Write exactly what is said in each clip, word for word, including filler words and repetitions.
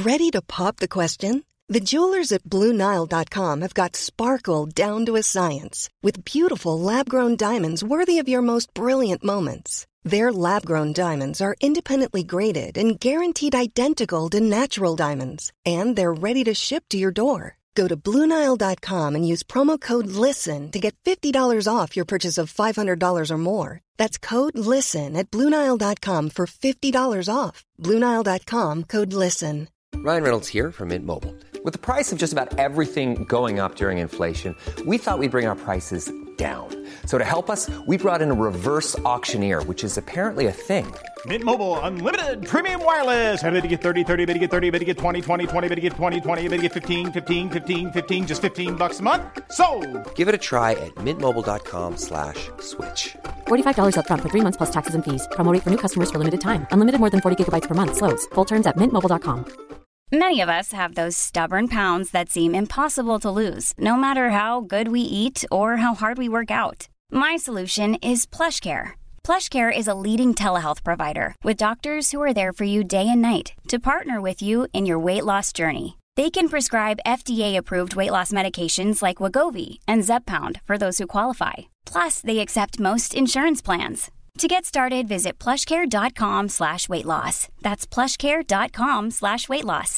Ready to pop the question? The jewelers at Blue Nile dot com have got sparkle down to a science with beautiful lab-grown diamonds worthy of your most brilliant moments. Their lab-grown diamonds are independently graded and guaranteed identical to natural diamonds, and they're ready to ship to your door. Go to Blue Nile dot com and use promo code LISTEN to get fifty dollars off your purchase of five hundred dollars or more. That's code LISTEN at Blue Nile dot com for fifty dollars off. Blue Nile dot com, code LISTEN. Ryan Reynolds here from Mint Mobile. With the price of just about everything going up during inflation, we thought we'd bring our prices down. So to help us, we brought in a reverse auctioneer, which is apparently a thing. Mint Mobile Unlimited Premium Wireless. How to get thirty, thirty, how to get thirty, how to get twenty, twenty, twenty, how to get twenty, twenty, how to get fifteen, fifteen, fifteen, fifteen, just fifteen bucks a month? Sold! Give it a try at mintmobile.com slash switch. forty-five dollars up front for three months plus taxes and fees. Promo rate for new customers for limited time. Unlimited more than forty gigabytes per month. Slows full terms at mint mobile dot com. Many of us have those stubborn pounds that seem impossible to lose, no matter how good we eat or how hard we work out. My solution is PlushCare. PlushCare is a leading telehealth provider with doctors who are there for you day and night to partner with you in your weight loss journey. They can prescribe F D A-approved weight loss medications like Wegovy and Zepbound for those who qualify. Plus, they accept most insurance plans. To get started, visit plushcare.com slash weight loss. That's plushcare.com slash weight loss.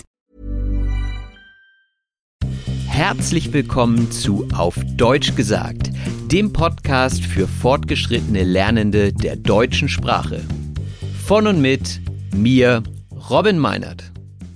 Herzlich willkommen zu Auf Deutsch gesagt, dem Podcast für fortgeschrittene Lernende der deutschen Sprache. Von und mit mir, Robin Meinert.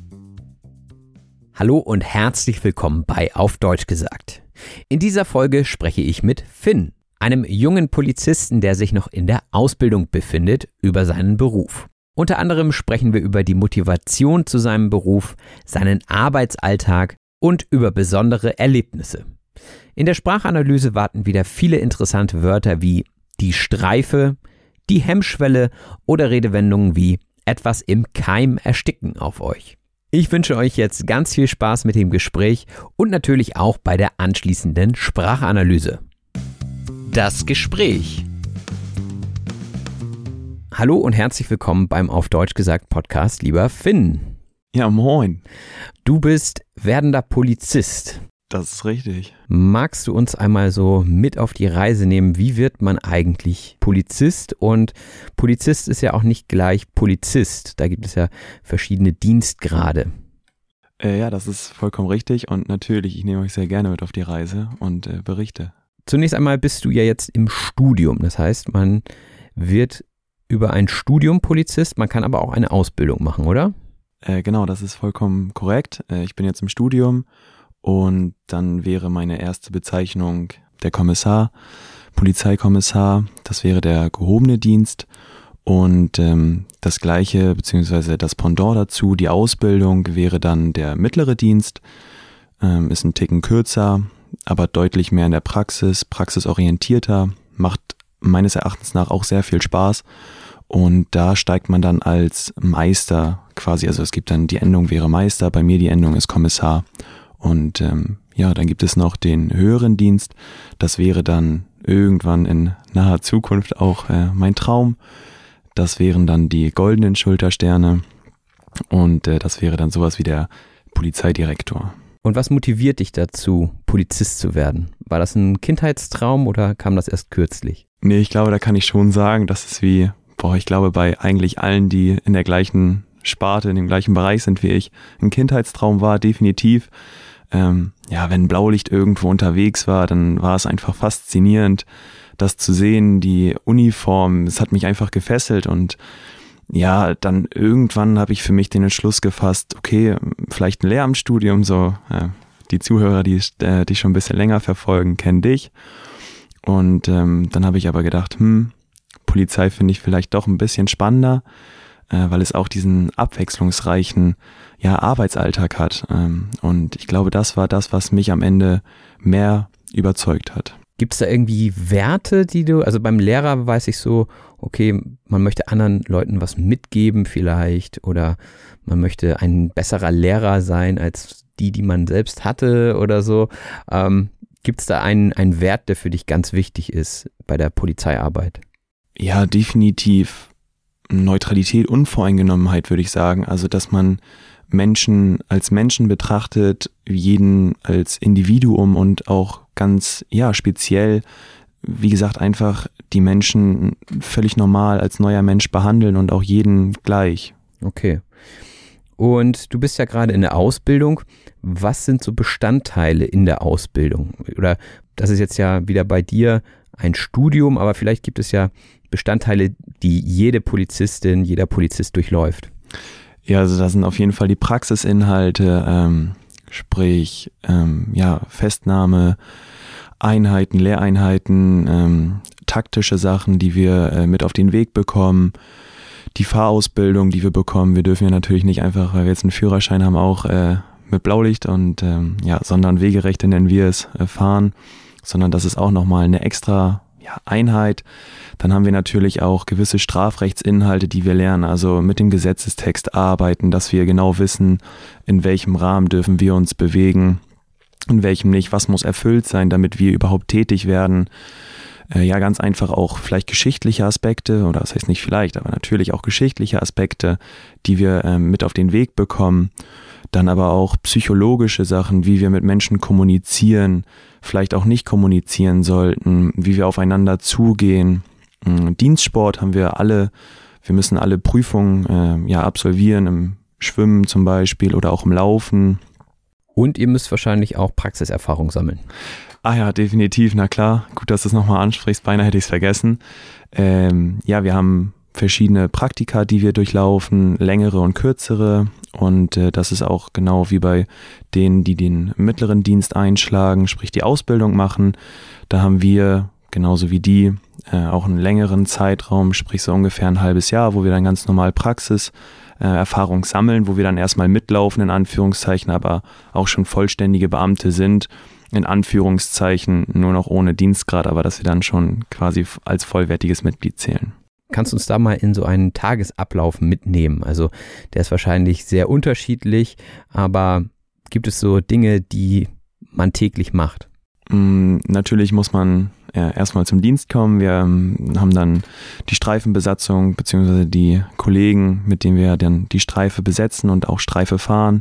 Hallo und herzlich willkommen bei Auf Deutsch gesagt. In dieser Folge spreche ich mit Finn, einem jungen Polizisten, der sich noch in der Ausbildung befindet, über seinen Beruf. Unter anderem sprechen wir über die Motivation zu seinem Beruf, seinen Arbeitsalltag und über besondere Erlebnisse. In der Sprachanalyse warten wieder viele interessante Wörter wie die Streife, die Hemmschwelle oder Redewendungen wie etwas im Keim ersticken auf euch. Ich wünsche euch jetzt ganz viel Spaß mit dem Gespräch und natürlich auch bei der anschließenden Sprachanalyse. Das Gespräch. Hallo und herzlich willkommen beim Auf Deutsch gesagt Podcast, lieber Finn. Ja, moin. Du bist werdender Polizist. Das ist richtig. Magst du uns einmal so mit auf die Reise nehmen, wie wird man eigentlich Polizist? Und Polizist ist ja auch nicht gleich Polizist. Da gibt es ja verschiedene Dienstgrade. Äh, ja, das ist vollkommen richtig und natürlich, ich nehme euch sehr gerne mit auf die Reise und äh, berichte. Zunächst einmal bist du ja jetzt im Studium. Das heißt, man wird über ein Studium Polizist, man kann aber auch eine Ausbildung machen, oder? Äh, genau, das ist vollkommen korrekt. Äh, ich bin jetzt im Studium und dann wäre meine erste Bezeichnung der Kommissar, Polizeikommissar. Das wäre der gehobene Dienst und ähm, das gleiche, beziehungsweise das Pendant dazu, die Ausbildung wäre dann der mittlere Dienst, ähm, ist ein Ticken kürzer, aber deutlich mehr in der Praxis, praxisorientierter, macht meines Erachtens nach auch sehr viel Spaß und da steigt man dann als Meister quasi, also es gibt dann, die Endung wäre Meister, bei mir die Endung ist Kommissar und ähm, ja, dann gibt es noch den höheren Dienst, das wäre dann irgendwann in naher Zukunft auch äh, mein Traum, das wären dann die goldenen Schultersterne und äh, das wäre dann sowas wie der Polizeidirektor. Und was motiviert dich dazu, Polizist zu werden? War das ein Kindheitstraum oder kam das erst kürzlich? Nee, ich glaube, da kann ich schon sagen, das ist wie, boah, ich glaube, bei eigentlich allen, die in der gleichen Sparte, in dem gleichen Bereich sind wie ich, ein Kindheitstraum war, definitiv. Ähm, ja, wenn Blaulicht irgendwo unterwegs war, dann war es einfach faszinierend, das zu sehen, die Uniform, es hat mich einfach gefesselt und ja, dann irgendwann habe ich für mich den Entschluss gefasst, okay, vielleicht ein Lehramtsstudium, so äh, die Zuhörer, die äh, dich schon ein bisschen länger verfolgen, kennen dich. Und ähm, dann habe ich aber gedacht, hm, Polizei finde ich vielleicht doch ein bisschen spannender, äh, weil es auch diesen abwechslungsreichen ja, Arbeitsalltag hat. Ähm, und ich glaube, das war das, was mich am Ende mehr überzeugt hat. Gibt es da irgendwie Werte, die du, also beim Lehrer weiß ich so, okay, man möchte anderen Leuten was mitgeben vielleicht oder man möchte ein besserer Lehrer sein als die, die man selbst hatte oder so. Ähm, gibt es da einen, einen Wert, der für dich ganz wichtig ist bei der Polizeiarbeit? Ja, definitiv Neutralität, Unvoreingenommenheit würde ich sagen. Also, dass man Menschen als Menschen betrachtet, jeden als Individuum und auch ganz, ja, speziell, wie gesagt, einfach die Menschen völlig normal als neuer Mensch behandeln und auch jeden gleich. Okay. Und du bist ja gerade in der Ausbildung. Was sind so Bestandteile in der Ausbildung? Oder das ist jetzt ja wieder bei dir ein Studium, aber vielleicht gibt es ja Bestandteile, die jede Polizistin, jeder Polizist durchläuft. Ja, also das sind auf jeden Fall die Praxisinhalte, ähm, sprich ähm, ja, Festnahme, Einheiten, Lehreinheiten, ähm, taktische Sachen, die wir äh, mit auf den Weg bekommen, die Fahrausbildung, die wir bekommen. Wir dürfen ja natürlich nicht einfach, weil wir jetzt einen Führerschein haben, auch äh, mit Blaulicht und ähm, ja, sondern Wegerechte nennen wir es, äh, fahren, sondern das ist auch nochmal eine extra ja, Einheit. Dann haben wir natürlich auch gewisse Strafrechtsinhalte, die wir lernen, also mit dem Gesetzestext arbeiten, dass wir genau wissen, in welchem Rahmen dürfen wir uns bewegen, in welchem nicht, was muss erfüllt sein, damit wir überhaupt tätig werden. Äh, ja, ganz einfach auch vielleicht geschichtliche Aspekte, oder das heißt nicht vielleicht, aber natürlich auch geschichtliche Aspekte, die wir äh, mit auf den Weg bekommen. Dann aber auch psychologische Sachen, wie wir mit Menschen kommunizieren, vielleicht auch nicht kommunizieren sollten, wie wir aufeinander zugehen. Dienstsport haben wir alle, wir müssen alle Prüfungen äh, ja, absolvieren, im Schwimmen zum Beispiel oder auch im Laufen. Und ihr müsst wahrscheinlich auch Praxiserfahrung sammeln. Ah ja, definitiv, na klar. Gut, dass du es nochmal ansprichst, beinahe hätte ich es vergessen. Ähm, ja, wir haben verschiedene Praktika, die wir durchlaufen, längere und kürzere. Und äh, das ist auch genau wie bei denen, die den mittleren Dienst einschlagen, sprich die Ausbildung machen. Da haben wir, genauso wie die, äh, auch einen längeren Zeitraum, sprich so ungefähr ein halbes Jahr, wo wir dann ganz normal Praxiserfahrung äh, sammeln, wo wir dann erstmal mitlaufen, in Anführungszeichen, aber auch schon vollständige Beamte sind, in Anführungszeichen nur noch ohne Dienstgrad, aber dass wir dann schon quasi als vollwertiges Mitglied zählen. Kannst du uns da mal in so einen Tagesablauf mitnehmen? Also der ist wahrscheinlich sehr unterschiedlich, aber gibt es so Dinge, die man täglich macht? Mm, natürlich muss man ja, erstmal zum Dienst kommen. Wir ähm, haben dann die Streifenbesatzung beziehungsweise die Kollegen, mit denen wir dann die Streife besetzen und auch Streife fahren.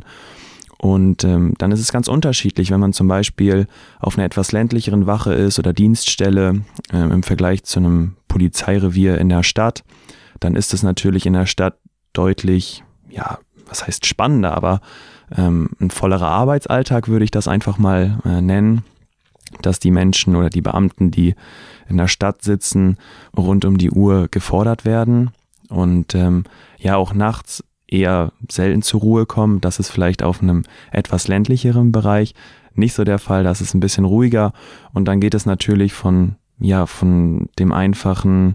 Und ähm, dann ist es ganz unterschiedlich, wenn man zum Beispiel auf einer etwas ländlicheren Wache ist oder Dienststelle äh, im Vergleich zu einem Polizeirevier in der Stadt, dann ist es natürlich in der Stadt deutlich, ja, was heißt spannender, aber ähm, ein vollerer Arbeitsalltag würde ich das einfach mal äh, nennen, dass die Menschen oder die Beamten, die in der Stadt sitzen, rund um die Uhr gefordert werden und ähm, ja auch nachts eher selten zur Ruhe kommen. Das ist vielleicht auf einem etwas ländlicheren Bereich nicht so der Fall. Das ist ein bisschen ruhiger und dann geht es natürlich von, ja, von dem einfachen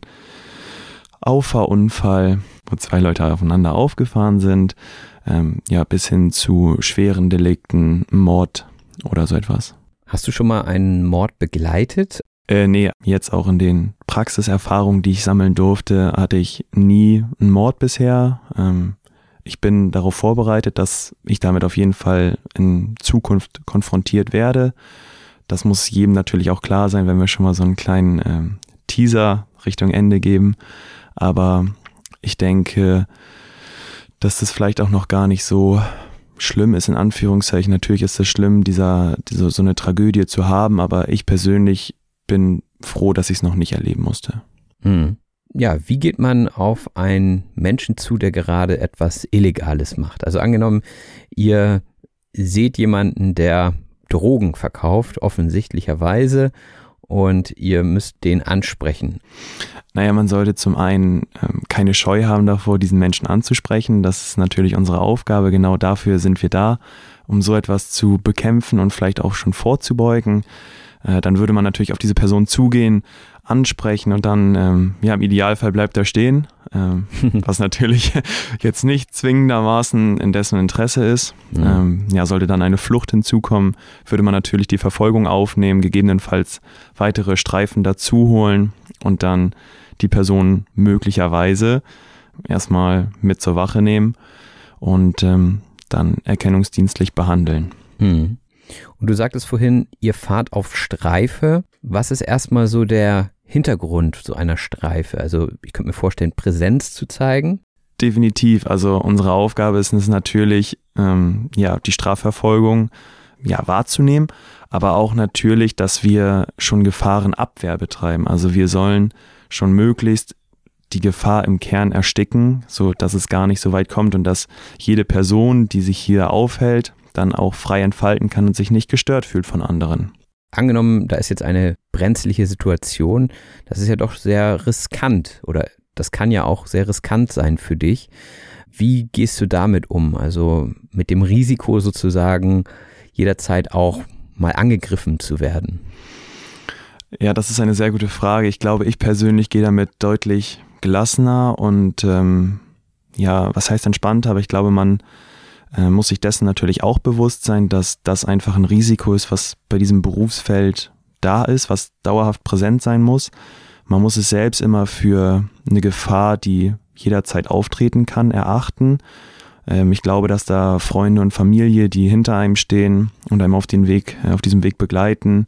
Auffahrunfall, wo zwei Leute aufeinander aufgefahren sind, ähm, ja, bis hin zu schweren Delikten, Mord oder so etwas. Hast du schon mal einen Mord begleitet? Äh, nee, jetzt auch in den Praxiserfahrungen, die ich sammeln durfte, hatte ich nie einen Mord bisher. Ähm, Ich bin darauf vorbereitet, dass ich damit auf jeden Fall in Zukunft konfrontiert werde. Das muss jedem natürlich auch klar sein, wenn wir schon mal so einen kleinen äh, Teaser Richtung Ende geben. Aber ich denke, dass das vielleicht auch noch gar nicht so schlimm ist, in Anführungszeichen. Natürlich ist es schlimm, dieser, diese, so eine Tragödie zu haben, aber ich persönlich bin froh, dass ich es noch nicht erleben musste. Mhm. Ja, wie geht man auf einen Menschen zu, der gerade etwas Illegales macht? Also angenommen, ihr seht jemanden, der Drogen verkauft, offensichtlicherweise, und ihr müsst den ansprechen. Naja, man sollte zum einen ähm, keine Scheu haben davor, diesen Menschen anzusprechen. Das ist natürlich unsere Aufgabe. Genau dafür sind wir da, um so etwas zu bekämpfen und vielleicht auch schon vorzubeugen. Äh, dann würde man natürlich auf diese Person zugehen, ansprechen und dann, ähm, ja, im Idealfall bleibt er stehen, ähm, was natürlich jetzt nicht zwingendermaßen in dessen Interesse ist. Mhm. Ähm, ja, sollte dann eine Flucht hinzukommen, würde man natürlich die Verfolgung aufnehmen, gegebenenfalls weitere Streifen dazu holen und dann die Person möglicherweise erstmal mit zur Wache nehmen und ähm, dann erkennungsdienstlich behandeln. Mhm. Und du sagtest vorhin, ihr fahrt auf Streife. Was ist erstmal so der Hintergrund so einer Streife? Also ich könnte mir vorstellen, Präsenz zu zeigen. Definitiv. Also unsere Aufgabe ist es natürlich, ähm, ja, die Strafverfolgung ja, wahrzunehmen, aber auch natürlich, dass wir schon Gefahrenabwehr betreiben. Also wir sollen schon möglichst die Gefahr im Kern ersticken, so dass es gar nicht so weit kommt und dass jede Person, die sich hier aufhält, dann auch frei entfalten kann und sich nicht gestört fühlt von anderen. Angenommen, da ist jetzt eine brenzliche Situation, das ist ja doch sehr riskant oder das kann ja auch sehr riskant sein für dich. Wie gehst du damit um? Also mit dem Risiko sozusagen jederzeit auch mal angegriffen zu werden? Ja, das ist eine sehr gute Frage. Ich glaube, ich persönlich gehe damit deutlich gelassener und ähm, ja, was heißt entspannter, aber ich glaube, man äh, muss sich dessen natürlich auch bewusst sein, dass das einfach ein Risiko ist, was bei diesem Berufsfeld da ist, was dauerhaft präsent sein muss. Man muss es selbst immer für eine Gefahr, die jederzeit auftreten kann, erachten. Ähm, ich glaube, dass da Freunde und Familie, die hinter einem stehen und einem auf den Weg, auf diesem Weg begleiten,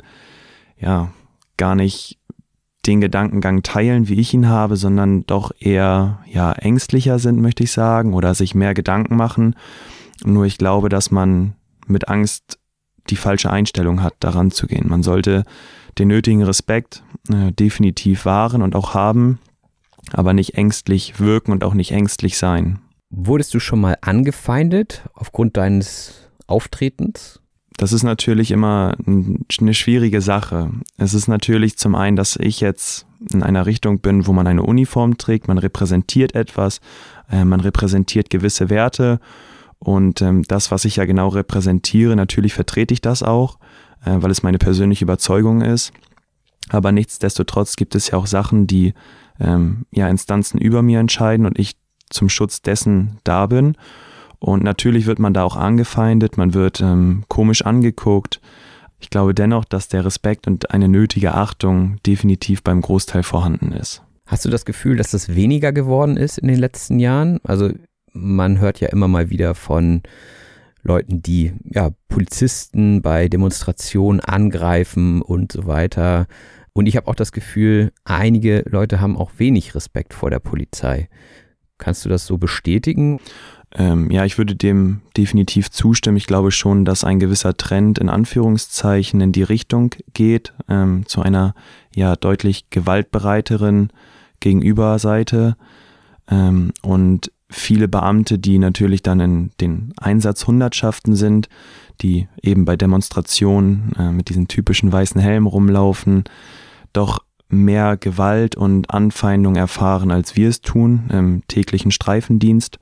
ja, gar nicht den Gedankengang teilen, wie ich ihn habe, sondern doch eher ja ängstlicher sind, möchte ich sagen, oder sich mehr Gedanken machen. Nur ich glaube, dass man mit Angst die falsche Einstellung hat, daran zu gehen. Man sollte den nötigen Respekt äh, definitiv wahren und auch haben, aber nicht ängstlich wirken und auch nicht ängstlich sein. Wurdest du schon mal angefeindet aufgrund deines Auftretens? Das ist natürlich immer eine schwierige Sache. Es ist natürlich zum einen, dass ich jetzt in einer Richtung bin, wo man eine Uniform trägt, man repräsentiert etwas, äh, man repräsentiert gewisse Werte und ähm, das, was ich ja genau repräsentiere, natürlich vertrete ich das auch, äh, weil es meine persönliche Überzeugung ist. Aber nichtsdestotrotz gibt es ja auch Sachen, die ähm, ja Instanzen über mir entscheiden und ich zum Schutz dessen da bin. Und natürlich wird man da auch angefeindet, man wird ähm, komisch angeguckt. Ich glaube dennoch, dass der Respekt und eine nötige Achtung definitiv beim Großteil vorhanden ist. Hast du das Gefühl, dass das weniger geworden ist in den letzten Jahren? Also man hört ja immer mal wieder von Leuten, die ja Polizisten bei Demonstrationen angreifen und so weiter. Und ich habe auch das Gefühl, einige Leute haben auch wenig Respekt vor der Polizei. Kannst du das so bestätigen? Ähm, ja, ich würde dem definitiv zustimmen. Ich glaube schon, dass ein gewisser Trend in Anführungszeichen in die Richtung geht, ähm, zu einer ja deutlich gewaltbereiteren Gegenüberseite. Ähm, und viele Beamte, die natürlich dann in den Einsatzhundertschaften sind, die eben bei Demonstrationen äh, mit diesen typischen weißen Helmen rumlaufen, doch mehr Gewalt und Anfeindung erfahren, als wir es tun im täglichen Streifendienst.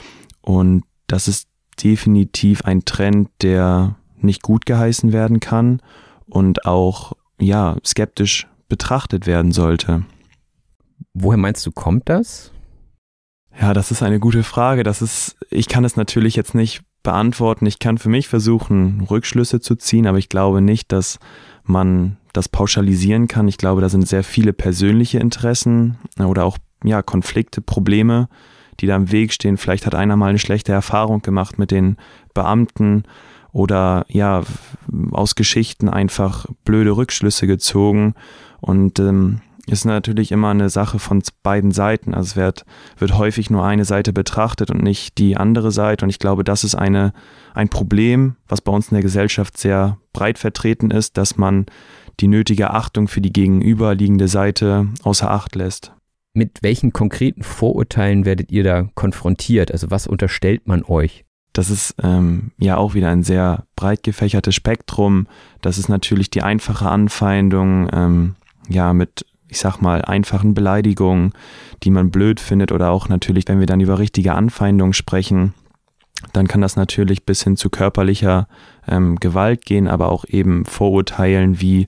Und das ist definitiv ein Trend, der nicht gut geheißen werden kann und auch ja skeptisch betrachtet werden sollte. Woher meinst du, kommt das? Ja, das ist eine gute Frage. Das ist, ich kann es natürlich jetzt nicht beantworten. Ich kann für mich versuchen, Rückschlüsse zu ziehen, aber ich glaube nicht, dass man das pauschalisieren kann. Ich glaube, da sind sehr viele persönliche Interessen oder auch ja Konflikte, Probleme, die da im Weg stehen. Vielleicht hat einer mal eine schlechte Erfahrung gemacht mit den Beamten oder ja aus Geschichten einfach blöde Rückschlüsse gezogen und ähm, ist natürlich immer eine Sache von beiden Seiten. Also es wird, wird häufig nur eine Seite betrachtet und nicht die andere Seite. Und ich glaube, das ist eine, ein Problem, was bei uns in der Gesellschaft sehr breit vertreten ist, dass man die nötige Achtung für die gegenüberliegende Seite außer Acht lässt. Mit welchen konkreten Vorurteilen werdet ihr da konfrontiert? Also was unterstellt man euch? Das ist ähm, ja auch wieder ein sehr breit gefächertes Spektrum. Das ist natürlich die einfache Anfeindung, ähm, ja mit, ich sag mal, einfachen Beleidigungen, die man blöd findet oder auch natürlich, wenn wir dann über richtige Anfeindungen sprechen, dann kann das natürlich bis hin zu körperlicher ähm, Gewalt gehen, aber auch eben Vorurteilen wie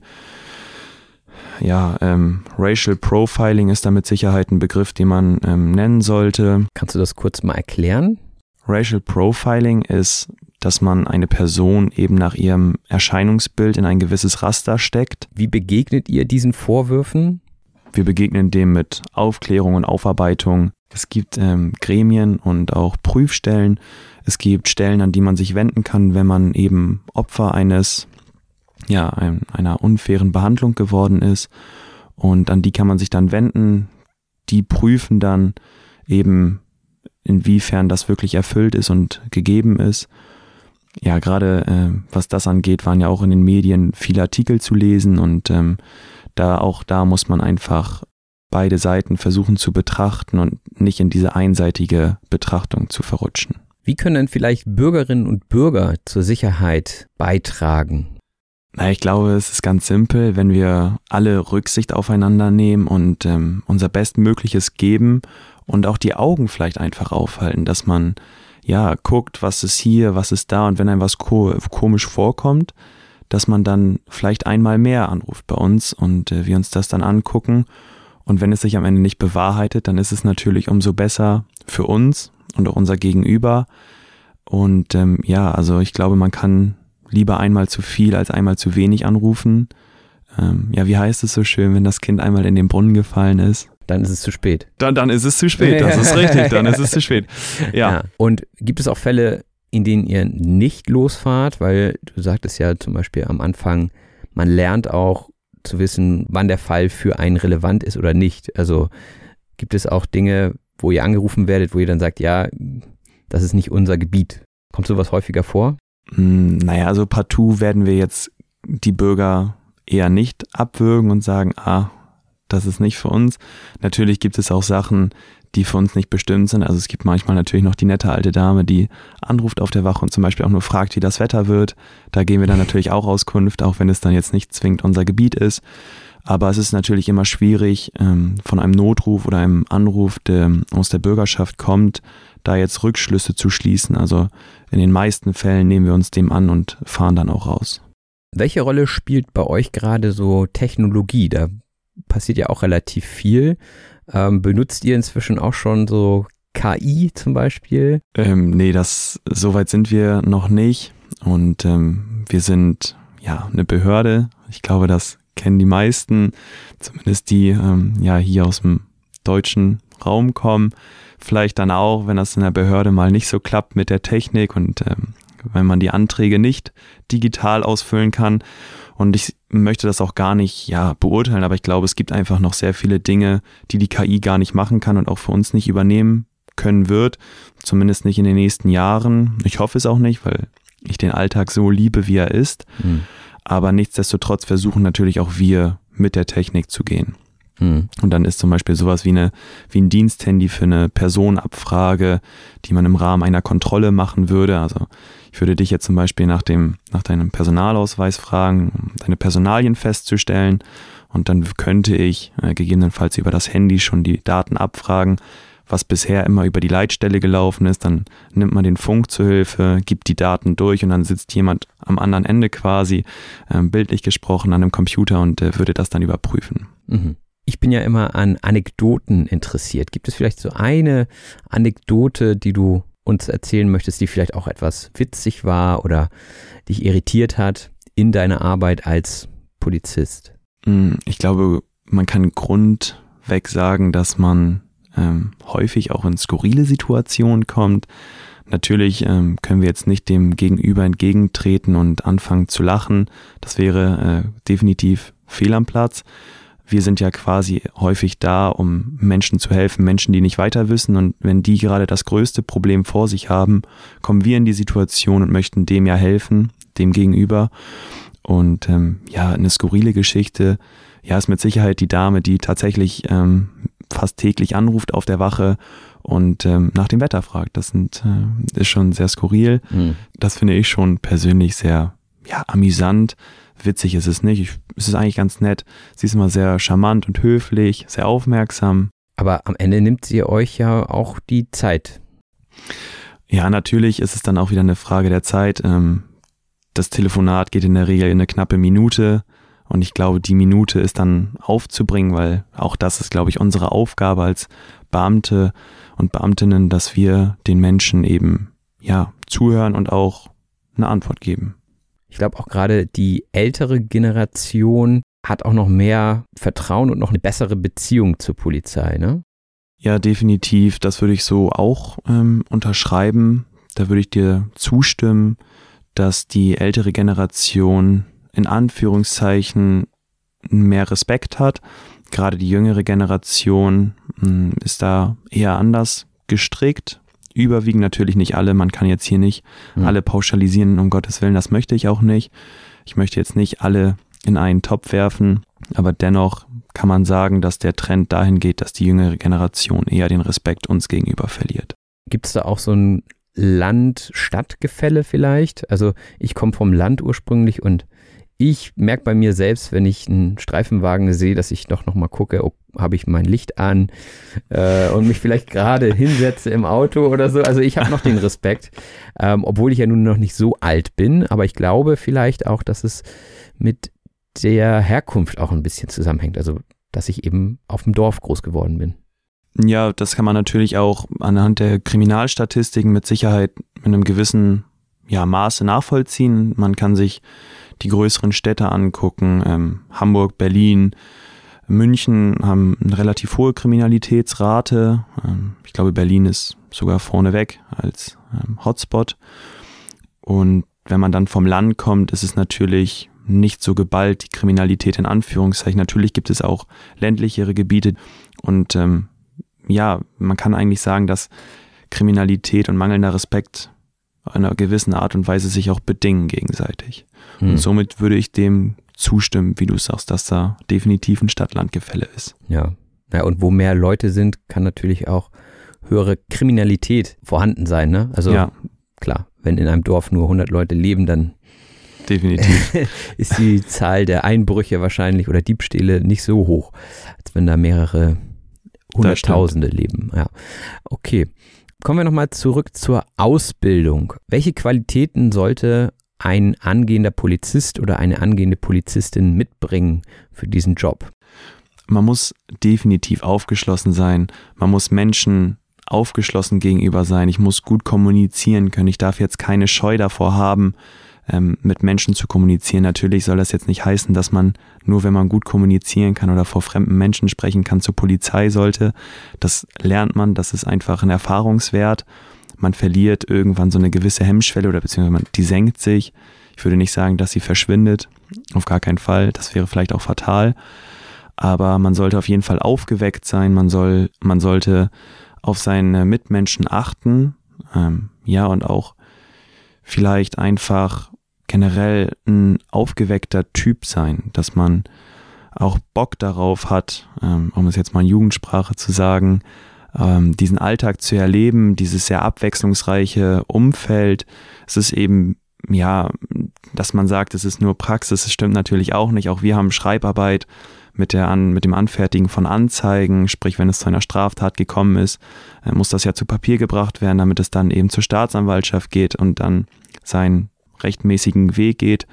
Ja, ähm, Racial Profiling ist da mit Sicherheit ein Begriff, den man ähm, nennen sollte. Kannst du das kurz mal erklären? Racial Profiling ist, dass man eine Person eben nach ihrem Erscheinungsbild in ein gewisses Raster steckt. Wie begegnet ihr diesen Vorwürfen? Wir begegnen dem mit Aufklärung und Aufarbeitung. Es gibt ähm, Gremien und auch Prüfstellen. Es gibt Stellen, an die man sich wenden kann, wenn man eben Opfer eines ja, ein, einer unfairen Behandlung geworden ist, und an die kann man sich dann wenden. Die prüfen dann eben inwiefern das wirklich erfüllt ist und gegeben ist. Ja, gerade äh, was das angeht, waren ja auch in den Medien viele Artikel zu lesen und ähm, da auch da muss man einfach beide Seiten versuchen zu betrachten und nicht in diese einseitige Betrachtung zu verrutschen. Wie können denn vielleicht Bürgerinnen und Bürger zur Sicherheit beitragen? Na, ich glaube, es ist ganz simpel, wenn wir alle Rücksicht aufeinander nehmen und ähm, unser Bestmögliches geben und auch die Augen vielleicht einfach aufhalten, dass man ja guckt, was ist hier, was ist da und wenn einem was ko- komisch vorkommt, dass man dann vielleicht einmal mehr anruft bei uns und äh, wir uns das dann angucken. Und wenn es sich am Ende nicht bewahrheitet, dann ist es natürlich umso besser für uns und auch unser Gegenüber. Und ähm, ja, also ich glaube, man kann lieber einmal zu viel als einmal zu wenig anrufen. Ähm, ja, wie heißt es so schön, wenn das Kind einmal in den Brunnen gefallen ist? Dann ist es zu spät. Dann, dann ist es zu spät, das ist richtig, dann ist es zu spät. Ja. Ja. Und gibt es auch Fälle, in denen ihr nicht losfahrt? Weil du sagtest ja zum Beispiel am Anfang, man lernt auch zu wissen, wann der Fall für einen relevant ist oder nicht. Also gibt es auch Dinge, wo ihr angerufen werdet, wo ihr dann sagt, ja, das ist nicht unser Gebiet. Kommt sowas häufiger vor? Naja, also partout werden wir jetzt die Bürger eher nicht abwürgen und sagen, ah, das ist nicht für uns. Natürlich gibt es auch Sachen, die für uns nicht bestimmt sind. Also es gibt manchmal natürlich noch die nette alte Dame, die anruft auf der Wache und zum Beispiel auch nur fragt, wie das Wetter wird. Da geben wir dann natürlich auch Auskunft, auch wenn es dann jetzt nicht zwingend unser Gebiet ist. Aber es ist natürlich immer schwierig, von einem Notruf oder einem Anruf, der aus der Bürgerschaft kommt, da jetzt Rückschlüsse zu schließen. Also in den meisten Fällen nehmen wir uns dem an und fahren dann auch raus. Welche Rolle spielt bei euch gerade so Technologie? Da passiert ja auch relativ viel. Ähm, benutzt ihr inzwischen auch schon so K I zum Beispiel? Ähm, nee, das, so weit sind wir noch nicht. Und ähm, wir sind ja eine Behörde. Ich glaube, das kennen die meisten, zumindest die ähm, ja hier aus dem deutschen Raum kommen. Vielleicht dann auch, wenn das in der Behörde mal nicht so klappt mit der Technik und ähm, wenn man die Anträge nicht digital ausfüllen kann. Und ich möchte das auch gar nicht ja beurteilen, aber ich glaube, es gibt einfach noch sehr viele Dinge, die die K I gar nicht machen kann und auch für uns nicht übernehmen können wird. Zumindest nicht in den nächsten Jahren. Ich hoffe es auch nicht, weil ich den Alltag so liebe, wie er ist. Mhm. Aber nichtsdestotrotz versuchen natürlich auch wir mit der Technik zu gehen. Mhm. Und dann ist zum Beispiel sowas wie eine wie ein Diensthandy für eine Personenabfrage, die man im Rahmen einer Kontrolle machen würde. Also ich würde dich jetzt zum Beispiel nach dem nach deinem Personalausweis fragen, um deine Personalien festzustellen. Und dann könnte ich äh, gegebenenfalls über das Handy schon die Daten abfragen, was bisher immer über die Leitstelle gelaufen ist. Dann nimmt man den Funk zur Hilfe, gibt die Daten durch und dann sitzt jemand am anderen Ende quasi, äh, bildlich gesprochen, an einem Computer und äh, würde das dann überprüfen. Mhm. Ich bin ja immer an Anekdoten interessiert. Gibt es vielleicht so eine Anekdote, die du uns erzählen möchtest, die vielleicht auch etwas witzig war oder dich irritiert hat in deiner Arbeit als Polizist? Ich glaube, man kann grundweg sagen, dass man ähm, häufig auch in skurrile Situationen kommt. Natürlich ähm, können wir jetzt nicht dem Gegenüber entgegentreten und anfangen zu lachen. Das wäre äh, definitiv fehl am Platz. Wir sind ja quasi häufig da, um Menschen zu helfen, Menschen, die nicht weiter wissen. Und wenn die gerade das größte Problem vor sich haben, kommen wir in die Situation und möchten dem ja helfen, dem Gegenüber. Und ähm, ja, eine skurrile Geschichte, ja, ist mit Sicherheit die Dame, die tatsächlich ähm, fast täglich anruft auf der Wache und ähm, nach dem Wetter fragt. Das sind, äh, ist schon sehr skurril. Mhm. Das finde ich schon persönlich sehr ja, amüsant. Witzig ist es nicht. Ich, es ist eigentlich ganz nett. Sie ist immer sehr charmant und höflich, sehr aufmerksam. Aber am Ende nimmt sie euch ja auch die Zeit. Ja, natürlich ist es dann auch wieder eine Frage der Zeit. Das Telefonat geht in der Regel eine knappe Minute und ich glaube, die Minute ist dann aufzubringen, weil auch das ist, glaube ich, unsere Aufgabe als Beamte und Beamtinnen, dass wir den Menschen eben ja zuhören und auch eine Antwort geben. Ich glaube auch gerade die ältere Generation hat auch noch mehr Vertrauen und noch eine bessere Beziehung zur Polizei, ne? Ja, definitiv. Das würde ich so auch ähm, unterschreiben. Da würde ich dir zustimmen, dass die ältere Generation in Anführungszeichen mehr Respekt hat. Gerade die jüngere Generation mh, ist da eher anders gestrickt. überwiegen natürlich nicht alle. Man kann jetzt hier nicht mhm. alle pauschalisieren, um Gottes Willen, das möchte ich auch nicht. Ich möchte jetzt nicht alle in einen Topf werfen, aber dennoch kann man sagen, dass der Trend dahin geht, dass die jüngere Generation eher den Respekt uns gegenüber verliert. Gibt es da auch so ein Land-Stadt-Gefälle vielleicht? Also ich komme vom Land ursprünglich und ich merke bei mir selbst, wenn ich einen Streifenwagen sehe, dass ich doch nochmal gucke, oh, habe ich mein Licht an äh, und mich vielleicht gerade hinsetze im Auto oder so. Also ich habe noch den Respekt, ähm, obwohl ich ja nun noch nicht so alt bin, aber ich glaube vielleicht auch, dass es mit der Herkunft auch ein bisschen zusammenhängt. Also dass ich eben auf dem Dorf groß geworden bin. Ja, das kann man natürlich auch anhand der Kriminalstatistiken mit Sicherheit in einem gewissen ja, Maße nachvollziehen. Man kann sich die größeren Städte angucken. Ähm, Hamburg, Berlin, München haben eine relativ hohe Kriminalitätsrate. Ähm, ich glaube, Berlin ist sogar vorneweg als ähm, Hotspot. Und wenn man dann vom Land kommt, ist es natürlich nicht so geballt, die Kriminalität in Anführungszeichen. Natürlich gibt es auch ländlichere Gebiete und ähm, ja, man kann eigentlich sagen, dass Kriminalität und mangelnder Respekt in einer gewissen Art und Weise sich auch bedingen gegenseitig. Hm. Und somit würde ich dem zustimmen, wie du sagst, dass da definitiv ein Stadt-Land-Gefälle ist. Ja. Ja, und wo mehr Leute sind, kann natürlich auch höhere Kriminalität vorhanden sein, ne? Also ja. Klar, wenn in einem Dorf nur hundert Leute leben, dann definitiv ist die Zahl der Einbrüche wahrscheinlich oder Diebstähle nicht so hoch, als wenn da mehrere Hunderttausende leben. Ja. Okay. Kommen wir nochmal zurück zur Ausbildung. Welche Qualitäten sollte ein angehender Polizist oder eine angehende Polizistin mitbringen für diesen Job? Man muss definitiv aufgeschlossen sein. Man muss Menschen aufgeschlossen gegenüber sein. Ich muss gut kommunizieren können. Ich darf jetzt keine Scheu davor haben, ähm, mit Menschen zu kommunizieren. Natürlich soll das jetzt nicht heißen, dass man nur, wenn man gut kommunizieren kann oder vor fremden Menschen sprechen kann, zur Polizei sollte. Das lernt man, das ist einfach ein Erfahrungswert. Man verliert irgendwann so eine gewisse Hemmschwelle oder beziehungsweise man, die senkt sich. Ich würde nicht sagen, dass sie verschwindet. Auf gar keinen Fall. Das wäre vielleicht auch fatal. Aber man sollte auf jeden Fall aufgeweckt sein. Man soll, man sollte auf seine Mitmenschen achten. Ähm, ja, und auch vielleicht einfach generell ein aufgeweckter Typ sein, dass man auch Bock darauf hat, ähm, um es jetzt mal in Jugendsprache zu sagen, ähm, diesen Alltag zu erleben, dieses sehr abwechslungsreiche Umfeld. Es ist eben, ja, dass man sagt, es ist nur Praxis, das stimmt natürlich auch nicht. Auch wir haben Schreibarbeit mit der An, mit dem Anfertigen von Anzeigen, sprich, wenn es zu einer Straftat gekommen ist, äh, muss das ja zu Papier gebracht werden, damit es dann eben zur Staatsanwaltschaft geht und dann seinen rechtmäßigen Weg geht.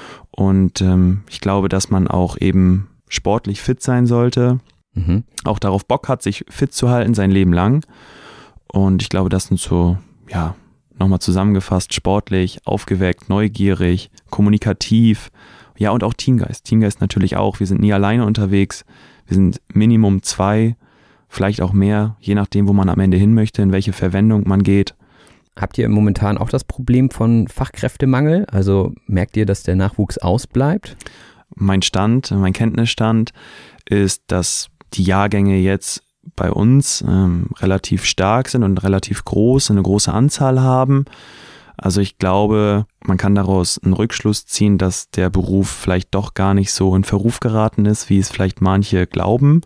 Und ähm, ich glaube, dass man auch eben sportlich fit sein sollte, mhm. auch darauf Bock hat, sich fit zu halten, sein Leben lang. Und ich glaube, das sind so, ja, nochmal zusammengefasst, sportlich, aufgeweckt, neugierig, kommunikativ, ja, und auch Teamgeist. Teamgeist natürlich auch. Wir sind nie alleine unterwegs. Wir sind Minimum zwei, vielleicht auch mehr, je nachdem, wo man am Ende hin möchte, in welche Verwendung man geht. Habt ihr momentan auch das Problem von Fachkräftemangel? Also merkt ihr, dass der Nachwuchs ausbleibt? Mein Stand, mein Kenntnisstand ist, dass die Jahrgänge jetzt bei uns ähm, relativ stark sind und relativ groß, eine große Anzahl haben. Also ich glaube, man kann daraus einen Rückschluss ziehen, dass der Beruf vielleicht doch gar nicht so in Verruf geraten ist, wie es vielleicht manche glauben.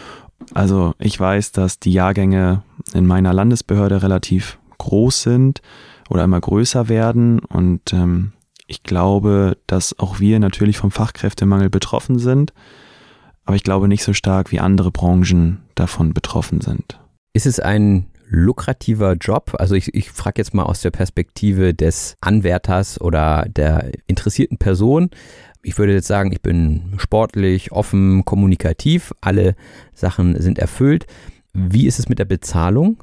Also ich weiß, dass die Jahrgänge in meiner Landesbehörde relativ groß sind oder immer größer werden und ähm, ich glaube, dass auch wir natürlich vom Fachkräftemangel betroffen sind, aber ich glaube nicht so stark, wie andere Branchen davon betroffen sind. Ist es ein lukrativer Job? Also ich, ich frage jetzt mal aus der Perspektive des Anwärters oder der interessierten Person. Ich würde jetzt sagen, ich bin sportlich, offen, kommunikativ, alle Sachen sind erfüllt. Wie ist es mit der Bezahlung?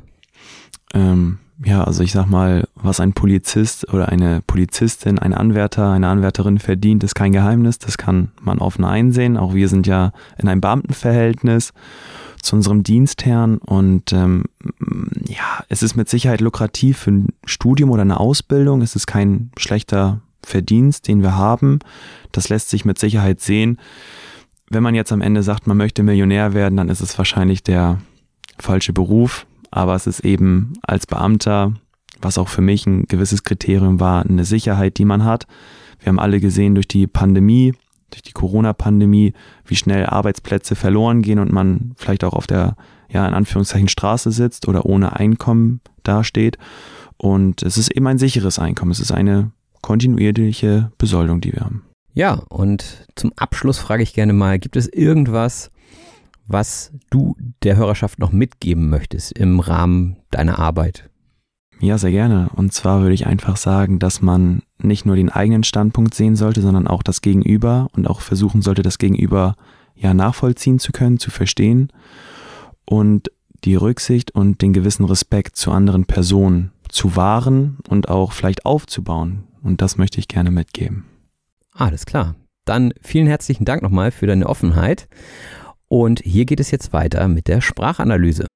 Ähm, ja, also ich sag mal, was ein Polizist oder eine Polizistin, ein Anwärter, eine Anwärterin verdient, ist kein Geheimnis. Das kann man offen einsehen. Auch wir sind ja in einem Beamtenverhältnis zu unserem Dienstherrn und ähm, ja, es ist mit Sicherheit lukrativ für ein Studium oder eine Ausbildung. Es ist kein schlechter Verdienst, den wir haben. Das lässt sich mit Sicherheit sehen. Wenn man jetzt am Ende sagt, man möchte Millionär werden, dann ist es wahrscheinlich der falsche Beruf. aber es ist eben als Beamter, was auch für mich ein gewisses Kriterium war, eine Sicherheit, die man hat. Wir haben alle gesehen durch die Pandemie, durch die Corona-Pandemie, wie schnell Arbeitsplätze verloren gehen und man vielleicht auch auf der, ja, in Anführungszeichen Straße sitzt oder ohne Einkommen dasteht. Und es ist eben ein sicheres Einkommen. Es ist eine kontinuierliche Besoldung, die wir haben. Ja, und zum Abschluss frage ich gerne mal, gibt es irgendwas, was du der Hörerschaft noch mitgeben möchtest im Rahmen deiner Arbeit? Ja, sehr gerne. Und zwar würde ich einfach sagen, dass man nicht nur den eigenen Standpunkt sehen sollte, sondern auch das Gegenüber und auch versuchen sollte, das Gegenüber ja nachvollziehen zu können, zu verstehen und die Rücksicht und den gewissen Respekt zu anderen Personen zu wahren und auch vielleicht aufzubauen. Und das möchte ich gerne mitgeben. Alles klar. Dann vielen herzlichen Dank nochmal für deine Offenheit. Und hier geht es jetzt weiter mit der Sprachanalyse.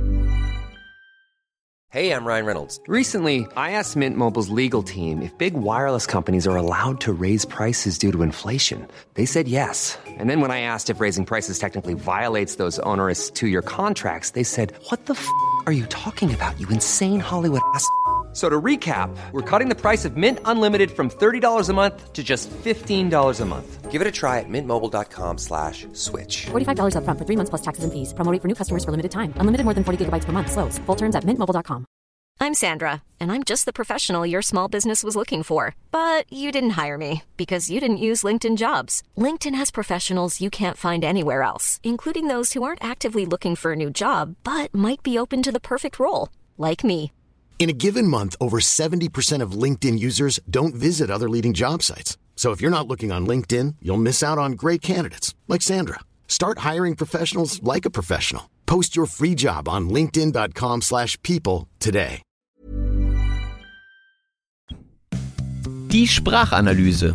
Hey, I'm Ryan Reynolds. Recently, I asked Mint Mobile's legal team if big wireless companies are allowed to raise prices due to inflation. They said yes. And then when I asked if raising prices technically violates those onerous two-year contracts, they said, what the f*** are you talking about, you insane Hollywood ass f- So to recap, we're cutting the price of Mint Unlimited from thirty dollars a month to just fifteen dollars a month. Give it a try at mintmobile.com slash switch. forty-five dollars up front for three months plus taxes and fees. Promo rate for new customers for limited time. Unlimited more than forty gigabytes per month. Slows full terms at mint mobile dot com. I'm Sandra, and I'm just the professional your small business was looking for. But you didn't hire me because you didn't use LinkedIn Jobs. LinkedIn has professionals you can't find anywhere else, including those who aren't actively looking for a new job, but might be open to the perfect role, like me. In a given month, over seventy percent of LinkedIn users don't visit other leading job sites. So if you're not looking on LinkedIn, you'll miss out on great candidates like Sandra. Start hiring professionals like a professional. Post your free job on linkedin dot com slash people today. Die Sprachanalyse.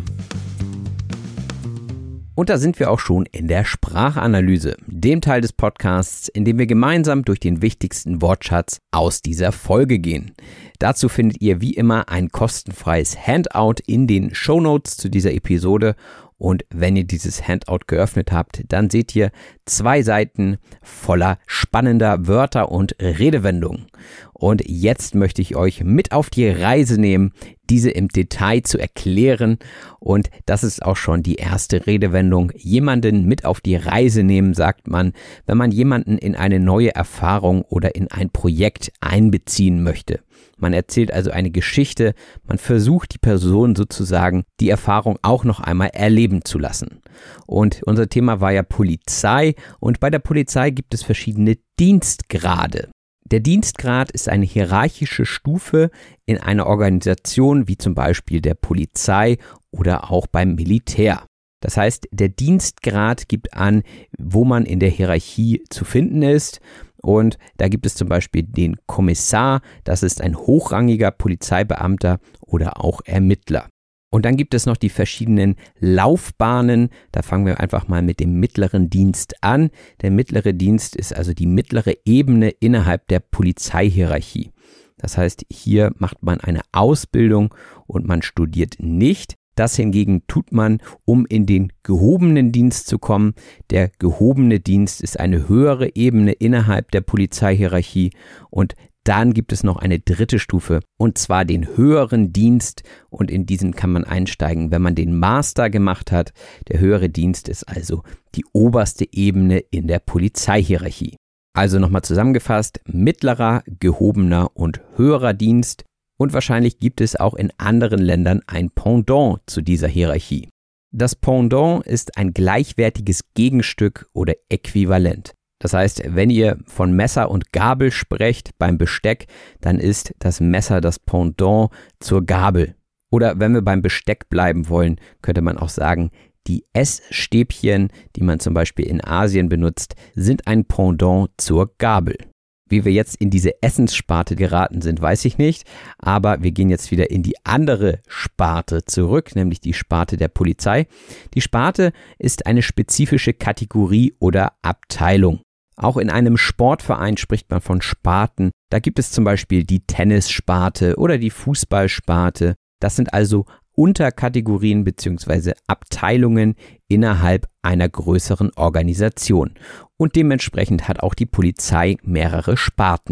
Und da sind wir auch schon in der Sprachanalyse, dem Teil des Podcasts, in dem wir gemeinsam durch den wichtigsten Wortschatz aus dieser Folge gehen. Dazu findet ihr wie immer ein kostenfreies Handout in den Shownotes zu dieser Episode. Und wenn ihr dieses Handout geöffnet habt, dann seht ihr zwei Seiten voller spannender Wörter und Redewendungen. Und jetzt möchte ich euch mit auf die Reise nehmen, diese im Detail zu erklären. Und das ist auch schon die erste Redewendung. Jemanden mit auf die Reise nehmen, sagt man, wenn man jemanden in eine neue Erfahrung oder in ein Projekt einbeziehen möchte. Man erzählt also eine Geschichte, man versucht die Person sozusagen die Erfahrung auch noch einmal erleben zu lassen. Und unser Thema war ja Polizei und bei der Polizei gibt es verschiedene Dienstgrade. Der Dienstgrad ist eine hierarchische Stufe in einer Organisation wie zum Beispiel der Polizei oder auch beim Militär. Das heißt, der Dienstgrad gibt an, wo man in der Hierarchie zu finden ist. Und da gibt es zum Beispiel den Kommissar, das ist ein hochrangiger Polizeibeamter oder auch Ermittler. Und dann gibt es noch die verschiedenen Laufbahnen. Da fangen wir einfach mal mit dem mittleren Dienst an. Der mittlere Dienst ist also die mittlere Ebene innerhalb der Polizeihierarchie. Das heißt, hier macht man eine Ausbildung und man studiert nicht. Das hingegen tut man, um in den gehobenen Dienst zu kommen. Der gehobene Dienst ist eine höhere Ebene innerhalb der Polizeihierarchie und dann gibt es noch eine dritte Stufe und zwar den höheren Dienst und in diesen kann man einsteigen, wenn man den Master gemacht hat. Der höhere Dienst ist also die oberste Ebene in der Polizeihierarchie. Also nochmal zusammengefasst, mittlerer, gehobener und höherer Dienst. Und wahrscheinlich gibt es auch in anderen Ländern ein Pendant zu dieser Hierarchie. Das Pendant ist ein gleichwertiges Gegenstück oder Äquivalent. Das heißt, wenn ihr von Messer und Gabel sprecht beim Besteck, dann ist das Messer das Pendant zur Gabel. Oder wenn wir beim Besteck bleiben wollen, könnte man auch sagen, die Essstäbchen, die man zum Beispiel in Asien benutzt, sind ein Pendant zur Gabel. Wie wir jetzt in diese Essenssparte geraten sind, weiß ich nicht, aber wir gehen jetzt wieder in die andere Sparte zurück, nämlich die Sparte der Polizei. Die Sparte ist eine spezifische Kategorie oder Abteilung. Auch in einem Sportverein spricht man von Sparten. Da gibt es zum Beispiel die Tennissparte oder die Fußballsparte. Das sind also Unterkategorien bzw. Abteilungen innerhalb einer größeren Organisation. Und dementsprechend hat auch die Polizei mehrere Sparten.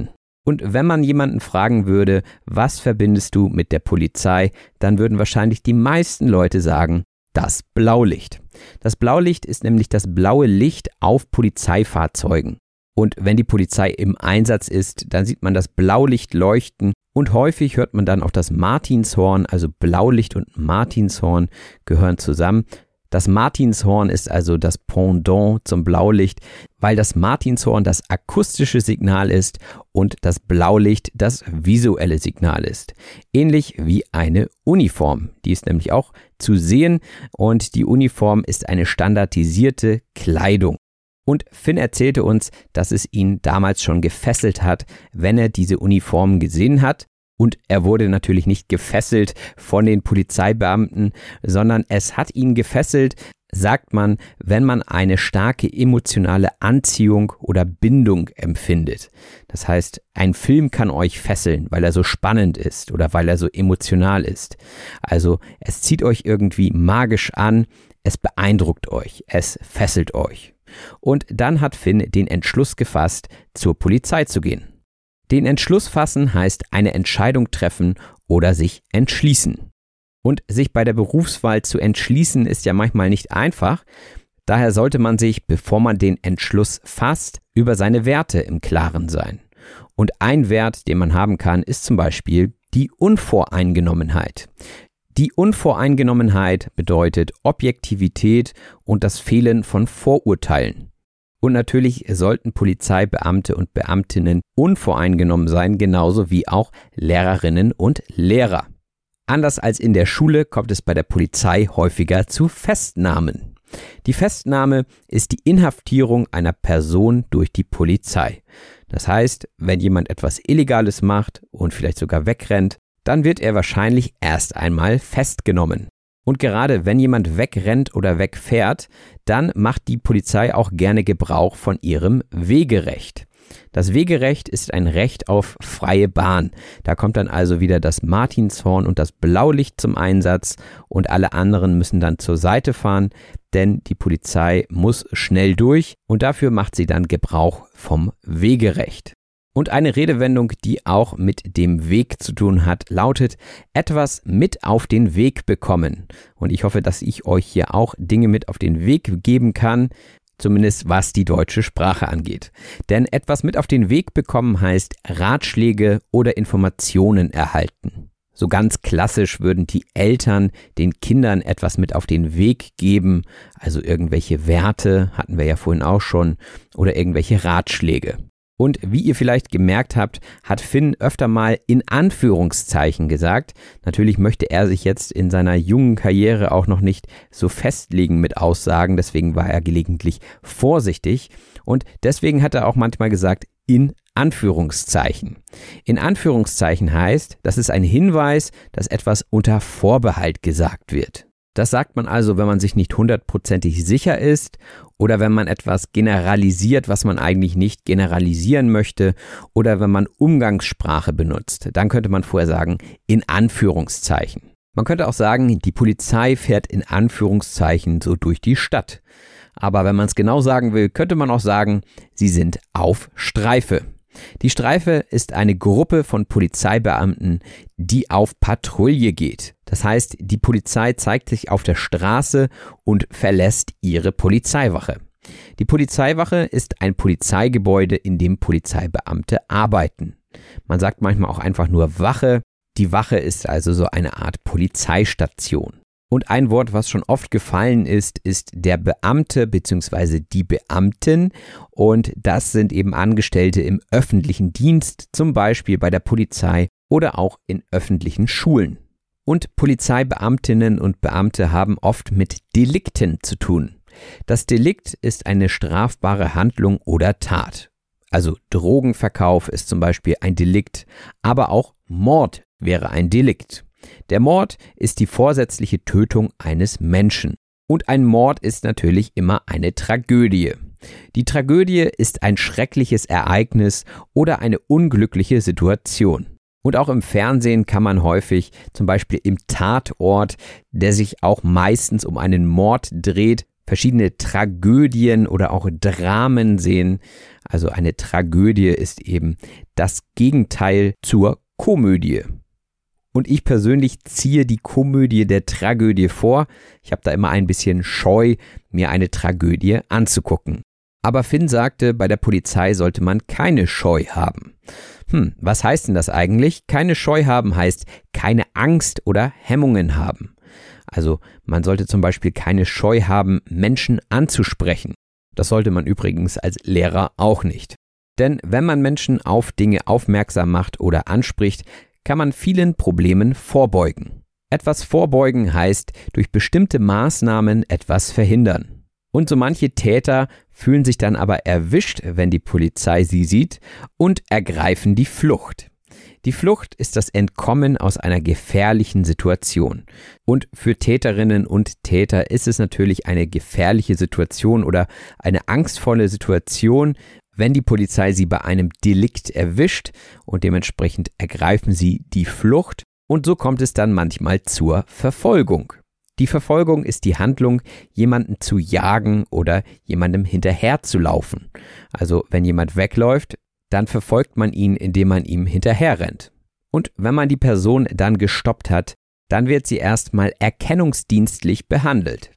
Und wenn man jemanden fragen würde, was verbindest du mit der Polizei, dann würden wahrscheinlich die meisten Leute sagen, das Blaulicht. Das Blaulicht ist nämlich das blaue Licht auf Polizeifahrzeugen. Und wenn die Polizei im Einsatz ist, dann sieht man das Blaulicht leuchten und häufig hört man dann auch das Martinshorn, also Blaulicht und Martinshorn gehören zusammen. Das Martinshorn ist also das Pendant zum Blaulicht, weil das Martinshorn das akustische Signal ist und das Blaulicht das visuelle Signal ist. Ähnlich wie eine Uniform. Die ist nämlich auch zu sehen und die Uniform ist eine standardisierte Kleidung. Und Finn erzählte uns, dass es ihn damals schon gefesselt hat, wenn er diese Uniform gesehen hat. Und er wurde natürlich nicht gefesselt von den Polizeibeamten, sondern es hat ihn gefesselt, sagt man, wenn man eine starke emotionale Anziehung oder Bindung empfindet. Das heißt, ein Film kann euch fesseln, weil er so spannend ist oder weil er so emotional ist. Also es zieht euch irgendwie magisch an, es beeindruckt euch, es fesselt euch. Und dann hat Finn den Entschluss gefasst, zur Polizei zu gehen. Den Entschluss fassen heißt eine Entscheidung treffen oder sich entschließen. Und sich bei der Berufswahl zu entschließen ist ja manchmal nicht einfach. Daher sollte man sich, bevor man den Entschluss fasst, über seine Werte im Klaren sein. Und ein Wert, den man haben kann, ist zum Beispiel die Unvoreingenommenheit. Die Unvoreingenommenheit bedeutet Objektivität und das Fehlen von Vorurteilen. Und natürlich sollten Polizeibeamte und Beamtinnen unvoreingenommen sein, genauso wie auch Lehrerinnen und Lehrer. Anders als in der Schule kommt es bei der Polizei häufiger zu Festnahmen. Die Festnahme ist die Inhaftierung einer Person durch die Polizei. Das heißt, wenn jemand etwas Illegales macht und vielleicht sogar wegrennt, dann wird er wahrscheinlich erst einmal festgenommen. Und gerade wenn jemand wegrennt oder wegfährt, dann macht die Polizei auch gerne Gebrauch von ihrem Wegerecht. Das Wegerecht ist ein Recht auf freie Bahn. Da kommt dann also wieder das Martinshorn und das Blaulicht zum Einsatz und alle anderen müssen dann zur Seite fahren, denn die Polizei muss schnell durch und dafür macht sie dann Gebrauch vom Wegerecht. Und eine Redewendung, die auch mit dem Weg zu tun hat, lautet etwas mit auf den Weg bekommen. Und ich hoffe, dass ich euch hier auch Dinge mit auf den Weg geben kann, zumindest was die deutsche Sprache angeht. Denn etwas mit auf den Weg bekommen heißt Ratschläge oder Informationen erhalten. So ganz klassisch würden die Eltern den Kindern etwas mit auf den Weg geben, also irgendwelche Werte, hatten wir ja vorhin auch schon, oder irgendwelche Ratschläge. Und wie ihr vielleicht gemerkt habt, hat Finn öfter mal in Anführungszeichen gesagt. Natürlich möchte er sich jetzt in seiner jungen Karriere auch noch nicht so festlegen mit Aussagen, deswegen war er gelegentlich vorsichtig und deswegen hat er auch manchmal gesagt in Anführungszeichen. In Anführungszeichen heißt, das ist ein Hinweis, dass etwas unter Vorbehalt gesagt wird. Das sagt man also, wenn man sich nicht hundertprozentig sicher ist oder wenn man etwas generalisiert, was man eigentlich nicht generalisieren möchte oder wenn man Umgangssprache benutzt. Dann könnte man vorher sagen, in Anführungszeichen. Man könnte auch sagen, die Polizei fährt in Anführungszeichen so durch die Stadt. Aber wenn man es genau sagen will, könnte man auch sagen, sie sind auf Streife. Die Streife ist eine Gruppe von Polizeibeamten, die auf Patrouille geht. Das heißt, die Polizei zeigt sich auf der Straße und verlässt ihre Polizeiwache. Die Polizeiwache ist ein Polizeigebäude, in dem Polizeibeamte arbeiten. Man sagt manchmal auch einfach nur Wache. Die Wache ist also so eine Art Polizeistation. Und ein Wort, was schon oft gefallen ist, ist der Beamte bzw. die Beamtin. Und das sind eben Angestellte im öffentlichen Dienst, zum Beispiel bei der Polizei oder auch in öffentlichen Schulen. Und Polizeibeamtinnen und Beamte haben oft mit Delikten zu tun. Das Delikt ist eine strafbare Handlung oder Tat. Also Drogenverkauf ist zum Beispiel ein Delikt, aber auch Mord wäre ein Delikt. Der Mord ist die vorsätzliche Tötung eines Menschen. Und ein Mord ist natürlich immer eine Tragödie. Die Tragödie ist ein schreckliches Ereignis oder eine unglückliche Situation. Und auch im Fernsehen kann man häufig, zum Beispiel im Tatort, der sich auch meistens um einen Mord dreht, verschiedene Tragödien oder auch Dramen sehen. Also eine Tragödie ist eben das Gegenteil zur Komödie. Und ich persönlich ziehe die Komödie der Tragödie vor. Ich habe da immer ein bisschen Scheu, mir eine Tragödie anzugucken. Aber Finn sagte, bei der Polizei sollte man keine Scheu haben. Hm, was heißt denn das eigentlich? Keine Scheu haben heißt keine Angst oder Hemmungen haben. Also man sollte zum Beispiel keine Scheu haben, Menschen anzusprechen. Das sollte man übrigens als Lehrer auch nicht. Denn wenn man Menschen auf Dinge aufmerksam macht oder anspricht, kann man vielen Problemen vorbeugen. Etwas vorbeugen heißt durch bestimmte Maßnahmen etwas verhindern. Und so manche Täter fühlen sich dann aber erwischt, wenn die Polizei sie sieht, und ergreifen die Flucht. Die Flucht ist das Entkommen aus einer gefährlichen Situation. Und für Täterinnen und Täter ist es natürlich eine gefährliche Situation oder eine angstvolle Situation, wenn die Polizei sie bei einem Delikt erwischt, und dementsprechend ergreifen sie die Flucht, und so kommt es dann manchmal zur Verfolgung. Die Verfolgung ist die Handlung, jemanden zu jagen oder jemandem hinterherzulaufen. Also wenn jemand wegläuft, dann verfolgt man ihn, indem man ihm hinterherrennt. Und wenn man die Person dann gestoppt hat, dann wird sie erstmal erkennungsdienstlich behandelt.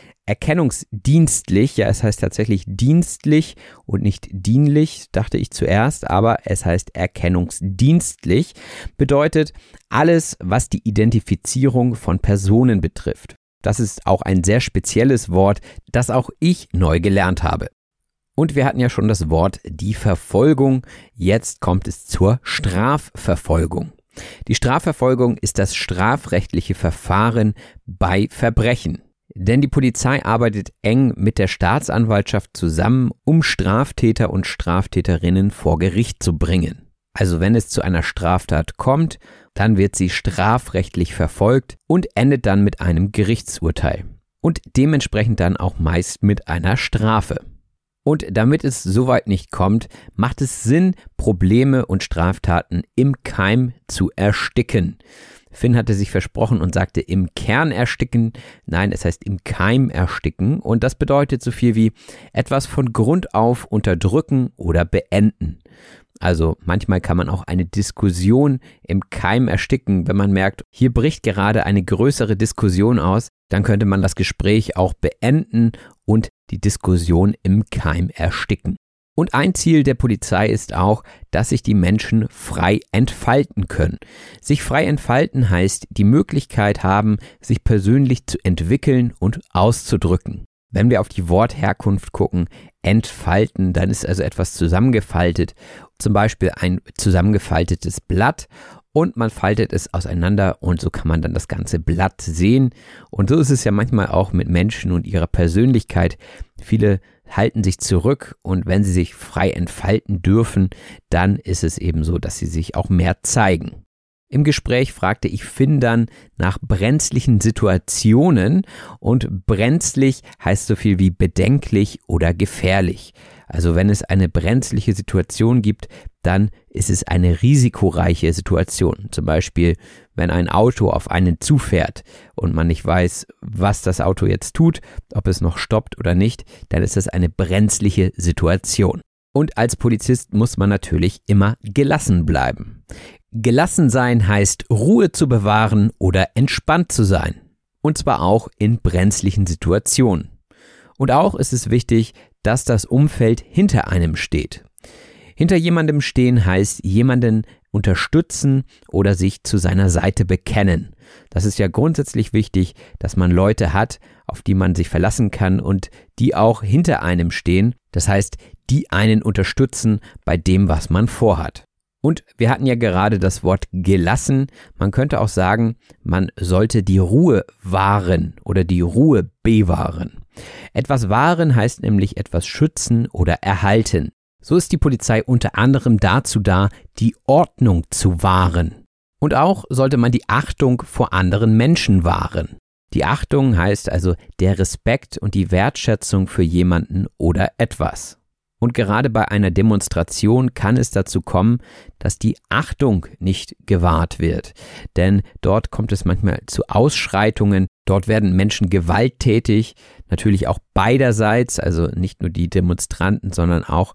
Erkennungsdienstlich, ja, es heißt tatsächlich dienstlich und nicht dienlich, dachte ich zuerst, aber es heißt erkennungsdienstlich, bedeutet alles, was die Identifizierung von Personen betrifft. Das ist auch ein sehr spezielles Wort, das auch ich neu gelernt habe. Und wir hatten ja schon das Wort die Verfolgung, jetzt kommt es zur Strafverfolgung. Die Strafverfolgung ist das strafrechtliche Verfahren bei Verbrechen. Denn die Polizei arbeitet eng mit der Staatsanwaltschaft zusammen, um Straftäter und Straftäterinnen vor Gericht zu bringen. Also wenn es zu einer Straftat kommt, dann wird sie strafrechtlich verfolgt und endet dann mit einem Gerichtsurteil. Und dementsprechend dann auch meist mit einer Strafe. Und damit es soweit nicht kommt, macht es Sinn, Probleme und Straftaten im Keim zu ersticken. Finn hatte sich versprochen und sagte im Kern ersticken. Nein, es heißt im Keim ersticken. Und das bedeutet so viel wie etwas von Grund auf unterdrücken oder beenden. Also manchmal kann man auch eine Diskussion im Keim ersticken. Wenn man merkt, hier bricht gerade eine größere Diskussion aus, dann könnte man das Gespräch auch beenden und die Diskussion im Keim ersticken. Und ein Ziel der Polizei ist auch, dass sich die Menschen frei entfalten können. Sich frei entfalten heißt, die Möglichkeit haben, sich persönlich zu entwickeln und auszudrücken. Wenn wir auf die Wortherkunft gucken, entfalten, dann ist also etwas zusammengefaltet, zum Beispiel ein zusammengefaltetes Blatt, und man faltet es auseinander und so kann man dann das ganze Blatt sehen. Und so ist es ja manchmal auch mit Menschen und ihrer Persönlichkeit. Viele halten sich zurück und wenn sie sich frei entfalten dürfen, dann ist es eben so, dass sie sich auch mehr zeigen. Im Gespräch fragte ich Finn dann nach brenzlichen Situationen und brenzlig heißt so viel wie bedenklich oder gefährlich. Also wenn es eine brenzliche Situation gibt, dann ist es eine risikoreiche Situation. Zum Beispiel, wenn ein Auto auf einen zufährt und man nicht weiß, was das Auto jetzt tut, ob es noch stoppt oder nicht, dann ist es eine brenzliche Situation. Und als Polizist muss man natürlich immer gelassen bleiben. Gelassen sein heißt, Ruhe zu bewahren oder entspannt zu sein. Und zwar auch in brenzlichen Situationen. Und auch ist es wichtig, dass das Umfeld hinter einem steht. Hinter jemandem stehen heißt, jemanden unterstützen oder sich zu seiner Seite bekennen. Das ist ja grundsätzlich wichtig, dass man Leute hat, auf die man sich verlassen kann und die auch hinter einem stehen. Das heißt, die einen unterstützen bei dem, was man vorhat. Und wir hatten ja gerade das Wort gelassen. Man könnte auch sagen, man sollte die Ruhe wahren oder die Ruhe bewahren. Etwas wahren heißt nämlich etwas schützen oder erhalten. So ist die Polizei unter anderem dazu da, die Ordnung zu wahren. Und auch sollte man die Achtung vor anderen Menschen wahren. Die Achtung heißt also der Respekt und die Wertschätzung für jemanden oder etwas. Und gerade bei einer Demonstration kann es dazu kommen, dass die Achtung nicht gewahrt wird. Denn dort kommt es manchmal zu Ausschreitungen. Dort werden Menschen gewalttätig, natürlich auch beiderseits, also nicht nur die Demonstranten, sondern auch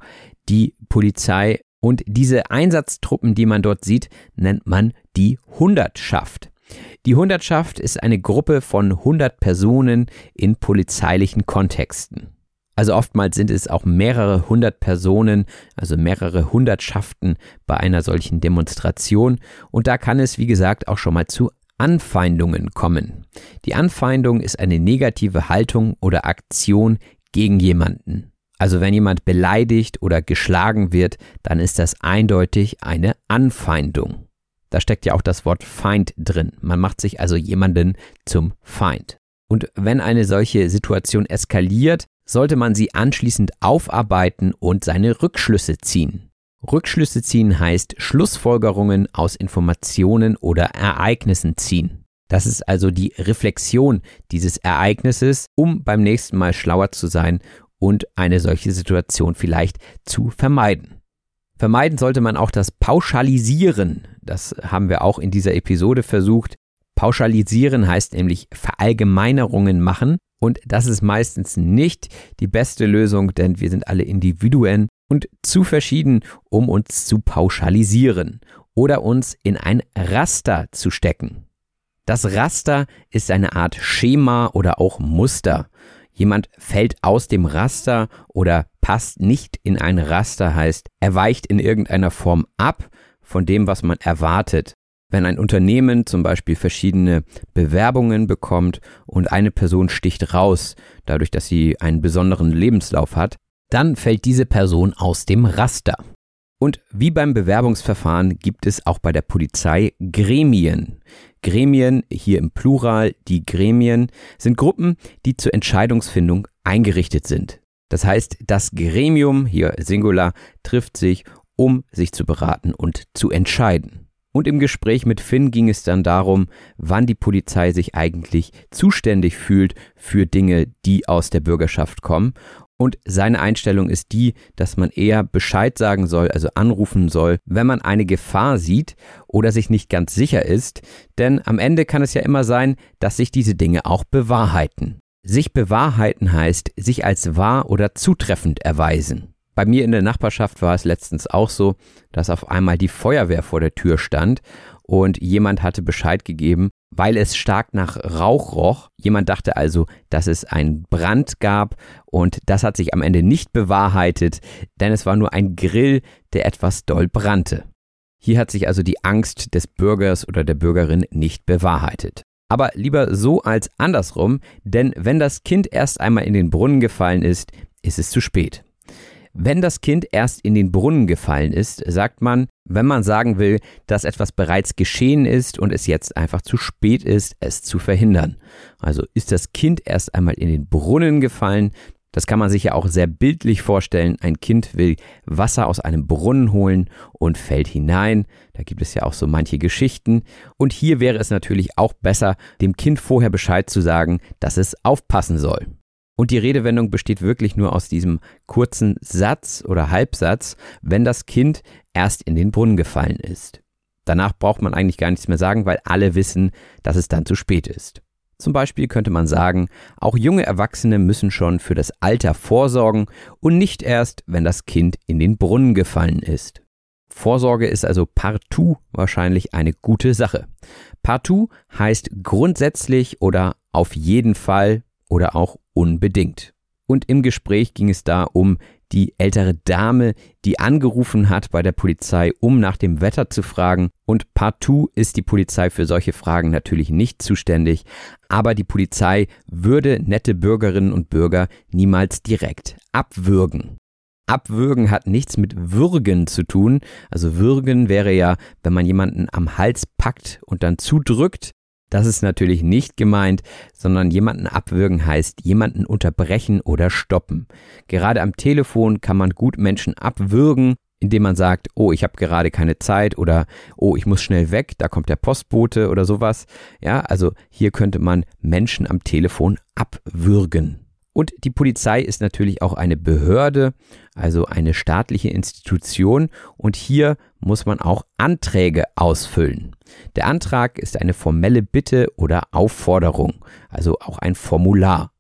die Polizei. Und diese Einsatztruppen, die man dort sieht, nennt man die Hundertschaft. Die Hundertschaft ist eine Gruppe von hundert Personen in polizeilichen Kontexten. Also oftmals sind es auch mehrere hundert Personen, also mehrere Hundertschaften bei einer solchen Demonstration. Und da kann es, wie gesagt, auch schon mal zu Anfeindungen kommen. Die Anfeindung ist eine negative Haltung oder Aktion gegen jemanden. Also wenn jemand beleidigt oder geschlagen wird, dann ist das eindeutig eine Anfeindung. Da steckt ja auch das Wort Feind drin. Man macht sich also jemanden zum Feind. Und wenn eine solche Situation eskaliert, sollte man sie anschließend aufarbeiten und seine Rückschlüsse ziehen. Rückschlüsse ziehen heißt Schlussfolgerungen aus Informationen oder Ereignissen ziehen. Das ist also die Reflexion dieses Ereignisses, um beim nächsten Mal schlauer zu sein und eine solche Situation vielleicht zu vermeiden. Vermeiden sollte man auch das Pauschalisieren. Das haben wir auch in dieser Episode versucht. Pauschalisieren heißt nämlich Verallgemeinerungen machen und das ist meistens nicht die beste Lösung, denn wir sind alle Individuen und zu verschieden, um uns zu pauschalisieren oder uns in ein Raster zu stecken. Das Raster ist eine Art Schema oder auch Muster. Jemand fällt aus dem Raster oder passt nicht in ein Raster, heißt, er weicht in irgendeiner Form ab von dem, was man erwartet. Wenn ein Unternehmen zum Beispiel verschiedene Bewerbungen bekommt und eine Person sticht raus, dadurch, dass sie einen besonderen Lebenslauf hat, dann fällt diese Person aus dem Raster. Und wie beim Bewerbungsverfahren gibt es auch bei der Polizei Gremien. Gremien, hier im Plural, die Gremien, sind Gruppen, die zur Entscheidungsfindung eingerichtet sind. Das heißt, das Gremium, hier Singular, trifft sich, um sich zu beraten und zu entscheiden. Und im Gespräch mit Finn ging es dann darum, wann die Polizei sich eigentlich zuständig fühlt für Dinge, die aus der Bürgerschaft kommen. Und seine Einstellung ist die, dass man eher Bescheid sagen soll, also anrufen soll, wenn man eine Gefahr sieht oder sich nicht ganz sicher ist. Denn am Ende kann es ja immer sein, dass sich diese Dinge auch bewahrheiten. Sich bewahrheiten heißt, sich als wahr oder zutreffend erweisen. Bei mir in der Nachbarschaft war es letztens auch so, dass auf einmal die Feuerwehr vor der Tür stand und jemand hatte Bescheid gegeben, weil es stark nach Rauch roch. Jemand dachte also, dass es einen Brand gab und das hat sich am Ende nicht bewahrheitet, denn es war nur ein Grill, der etwas doll brannte. Hier hat sich also die Angst des Bürgers oder der Bürgerin nicht bewahrheitet. Aber lieber so als andersrum, denn wenn das Kind erst einmal in den Brunnen gefallen ist, ist es zu spät. Wenn das Kind erst in den Brunnen gefallen ist, sagt man, wenn man sagen will, dass etwas bereits geschehen ist und es jetzt einfach zu spät ist, es zu verhindern. Also ist das Kind erst einmal in den Brunnen gefallen, das kann man sich ja auch sehr bildlich vorstellen. Ein Kind will Wasser aus einem Brunnen holen und fällt hinein. Da gibt es ja auch so manche Geschichten. Und hier wäre es natürlich auch besser, dem Kind vorher Bescheid zu sagen, dass es aufpassen soll. Und die Redewendung besteht wirklich nur aus diesem kurzen Satz oder Halbsatz, wenn das Kind erst in den Brunnen gefallen ist. Danach braucht man eigentlich gar nichts mehr sagen, weil alle wissen, dass es dann zu spät ist. Zum Beispiel könnte man sagen, auch junge Erwachsene müssen schon für das Alter vorsorgen und nicht erst, wenn das Kind in den Brunnen gefallen ist. Vorsorge ist also partout wahrscheinlich eine gute Sache. Partout heißt grundsätzlich oder auf jeden Fall oder auch unbedingt. Und im Gespräch ging es da um die ältere Dame, die angerufen hat bei der Polizei, um nach dem Wetter zu fragen. Und partout ist die Polizei für solche Fragen natürlich nicht zuständig. Aber die Polizei würde nette Bürgerinnen und Bürger niemals direkt abwürgen. Abwürgen hat nichts mit würgen zu tun. Also würgen wäre ja, wenn man jemanden am Hals packt und dann zudrückt. Das ist natürlich nicht gemeint, sondern jemanden abwürgen heißt jemanden unterbrechen oder stoppen. Gerade am Telefon kann man gut Menschen abwürgen, indem man sagt, oh, ich habe gerade keine Zeit oder oh, ich muss schnell weg, da kommt der Postbote oder sowas. Ja, also hier könnte man Menschen am Telefon abwürgen. Und die Polizei ist natürlich auch eine Behörde, also eine staatliche Institution und hier muss man auch Anträge ausfüllen. Der Antrag ist eine formelle Bitte oder Aufforderung, also auch ein Formular.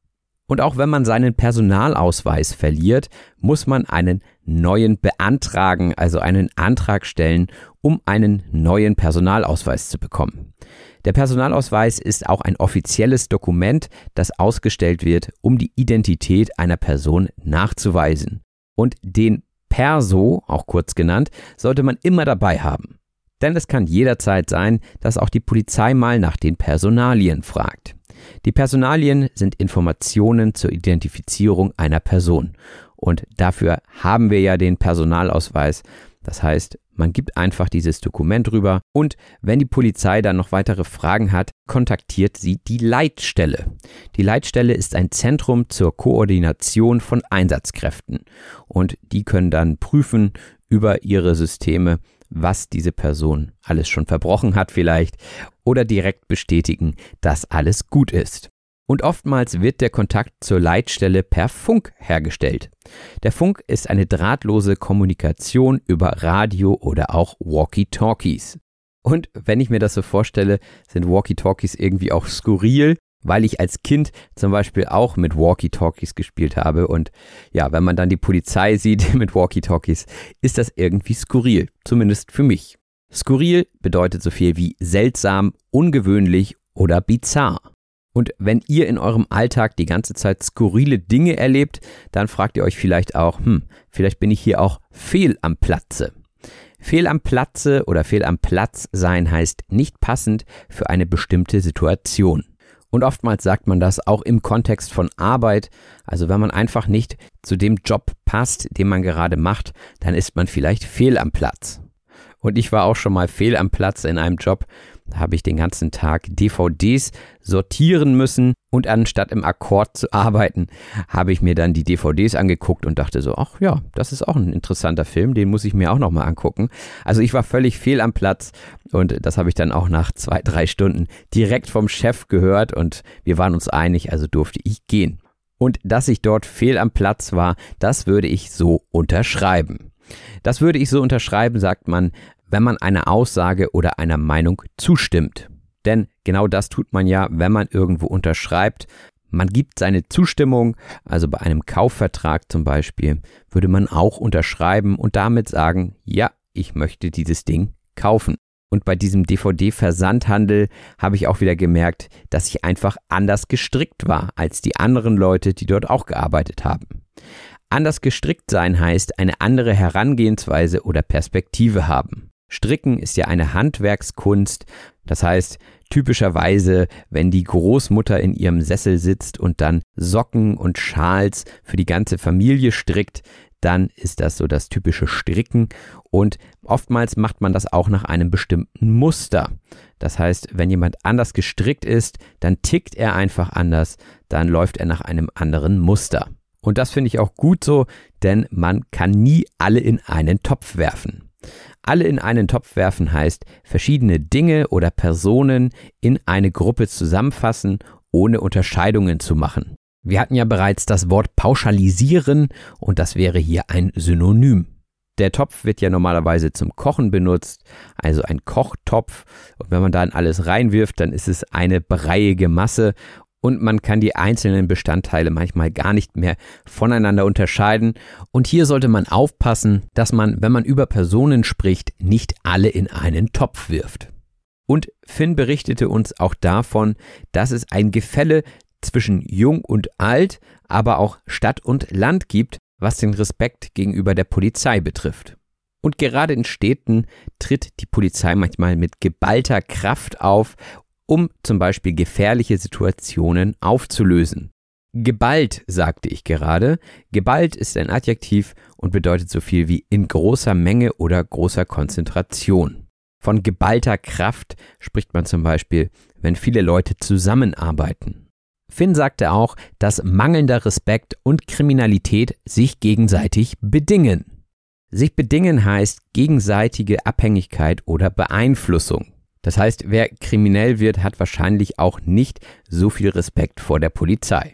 Und auch wenn man seinen Personalausweis verliert, muss man einen neuen beantragen, also einen Antrag stellen, um einen neuen Personalausweis zu bekommen. Der Personalausweis ist auch ein offizielles Dokument, das ausgestellt wird, um die Identität einer Person nachzuweisen. Und den Perso, auch kurz genannt, sollte man immer dabei haben. Denn es kann jederzeit sein, dass auch die Polizei mal nach den Personalien fragt. Die Personalien sind Informationen zur Identifizierung einer Person. Und dafür haben wir ja den Personalausweis. Das heißt, man gibt einfach dieses Dokument rüber und wenn die Polizei dann noch weitere Fragen hat, kontaktiert sie die Leitstelle. Die Leitstelle ist ein Zentrum zur Koordination von Einsatzkräften und die können dann prüfen über ihre Systeme, was diese Person alles schon verbrochen hat vielleicht oder direkt bestätigen, dass alles gut ist. Und oftmals wird der Kontakt zur Leitstelle per Funk hergestellt. Der Funk ist eine drahtlose Kommunikation über Radio oder auch Walkie-Talkies. Und wenn ich mir das so vorstelle, sind Walkie-Talkies irgendwie auch skurril, weil ich als Kind zum Beispiel auch mit Walkie-Talkies gespielt habe. Und ja, wenn man dann die Polizei sieht mit Walkie-Talkies, ist das irgendwie skurril, zumindest für mich. Skurril bedeutet so viel wie seltsam, ungewöhnlich oder bizarr. Und wenn ihr in eurem Alltag die ganze Zeit skurrile Dinge erlebt, dann fragt ihr euch vielleicht auch, hm, vielleicht bin ich hier auch fehl am Platze. Fehl am Platze oder fehl am Platz sein heißt nicht passend für eine bestimmte Situation. Und oftmals sagt man das auch im Kontext von Arbeit. Also wenn man einfach nicht zu dem Job passt, den man gerade macht, dann ist man vielleicht fehl am Platz. Und ich war auch schon mal fehl am Platz in einem Job. Da habe ich den ganzen Tag D V Ds sortieren müssen und anstatt im Akkord zu arbeiten, habe ich mir dann die D V Ds angeguckt und dachte so, ach ja, das ist auch ein interessanter Film, den muss ich mir auch nochmal angucken. Also ich war völlig fehl am Platz und das habe ich dann auch nach zwei, drei Stunden direkt vom Chef gehört und wir waren uns einig, also durfte ich gehen. Und dass ich dort fehl am Platz war, das würde ich so unterschreiben. Das würde ich so unterschreiben, sagt man, wenn man einer Aussage oder einer Meinung zustimmt. Denn genau das tut man ja, wenn man irgendwo unterschreibt. Man gibt seine Zustimmung, also bei einem Kaufvertrag zum Beispiel, würde man auch unterschreiben und damit sagen, ja, ich möchte dieses Ding kaufen. Und bei diesem D V D-Versandhandel habe ich auch wieder gemerkt, dass ich einfach anders gestrickt war als die anderen Leute, die dort auch gearbeitet haben. Anders gestrickt sein heißt eine andere Herangehensweise oder Perspektive haben. Stricken ist ja eine Handwerkskunst, das heißt typischerweise, wenn die Großmutter in ihrem Sessel sitzt und dann Socken und Schals für die ganze Familie strickt, dann ist das so das typische Stricken und oftmals macht man das auch nach einem bestimmten Muster. Das heißt, wenn jemand anders gestrickt ist, dann tickt er einfach anders, dann läuft er nach einem anderen Muster. Und das finde ich auch gut so, denn man kann nie alle in einen Topf werfen. Alle in einen Topf werfen heißt, verschiedene Dinge oder Personen in eine Gruppe zusammenfassen, ohne Unterscheidungen zu machen. Wir hatten ja bereits das Wort pauschalisieren und das wäre hier ein Synonym. Der Topf wird ja normalerweise zum Kochen benutzt, also ein Kochtopf. Und wenn man da alles reinwirft, dann ist es eine breiige Masse. Und man kann die einzelnen Bestandteile manchmal gar nicht mehr voneinander unterscheiden. Und hier sollte man aufpassen, dass man, wenn man über Personen spricht, nicht alle in einen Topf wirft. Und Finn berichtete uns auch davon, dass es ein Gefälle zwischen Jung und Alt, aber auch Stadt und Land gibt, was den Respekt gegenüber der Polizei betrifft. Und gerade in Städten tritt die Polizei manchmal mit geballter Kraft auf, um zum Beispiel gefährliche Situationen aufzulösen. Geballt, sagte ich gerade. Geballt ist ein Adjektiv und bedeutet so viel wie in großer Menge oder großer Konzentration. Von geballter Kraft spricht man zum Beispiel, wenn viele Leute zusammenarbeiten. Finn sagte auch, dass mangelnder Respekt und Kriminalität sich gegenseitig bedingen. Sich bedingen heißt gegenseitige Abhängigkeit oder Beeinflussung. Das heißt, wer kriminell wird, hat wahrscheinlich auch nicht so viel Respekt vor der Polizei.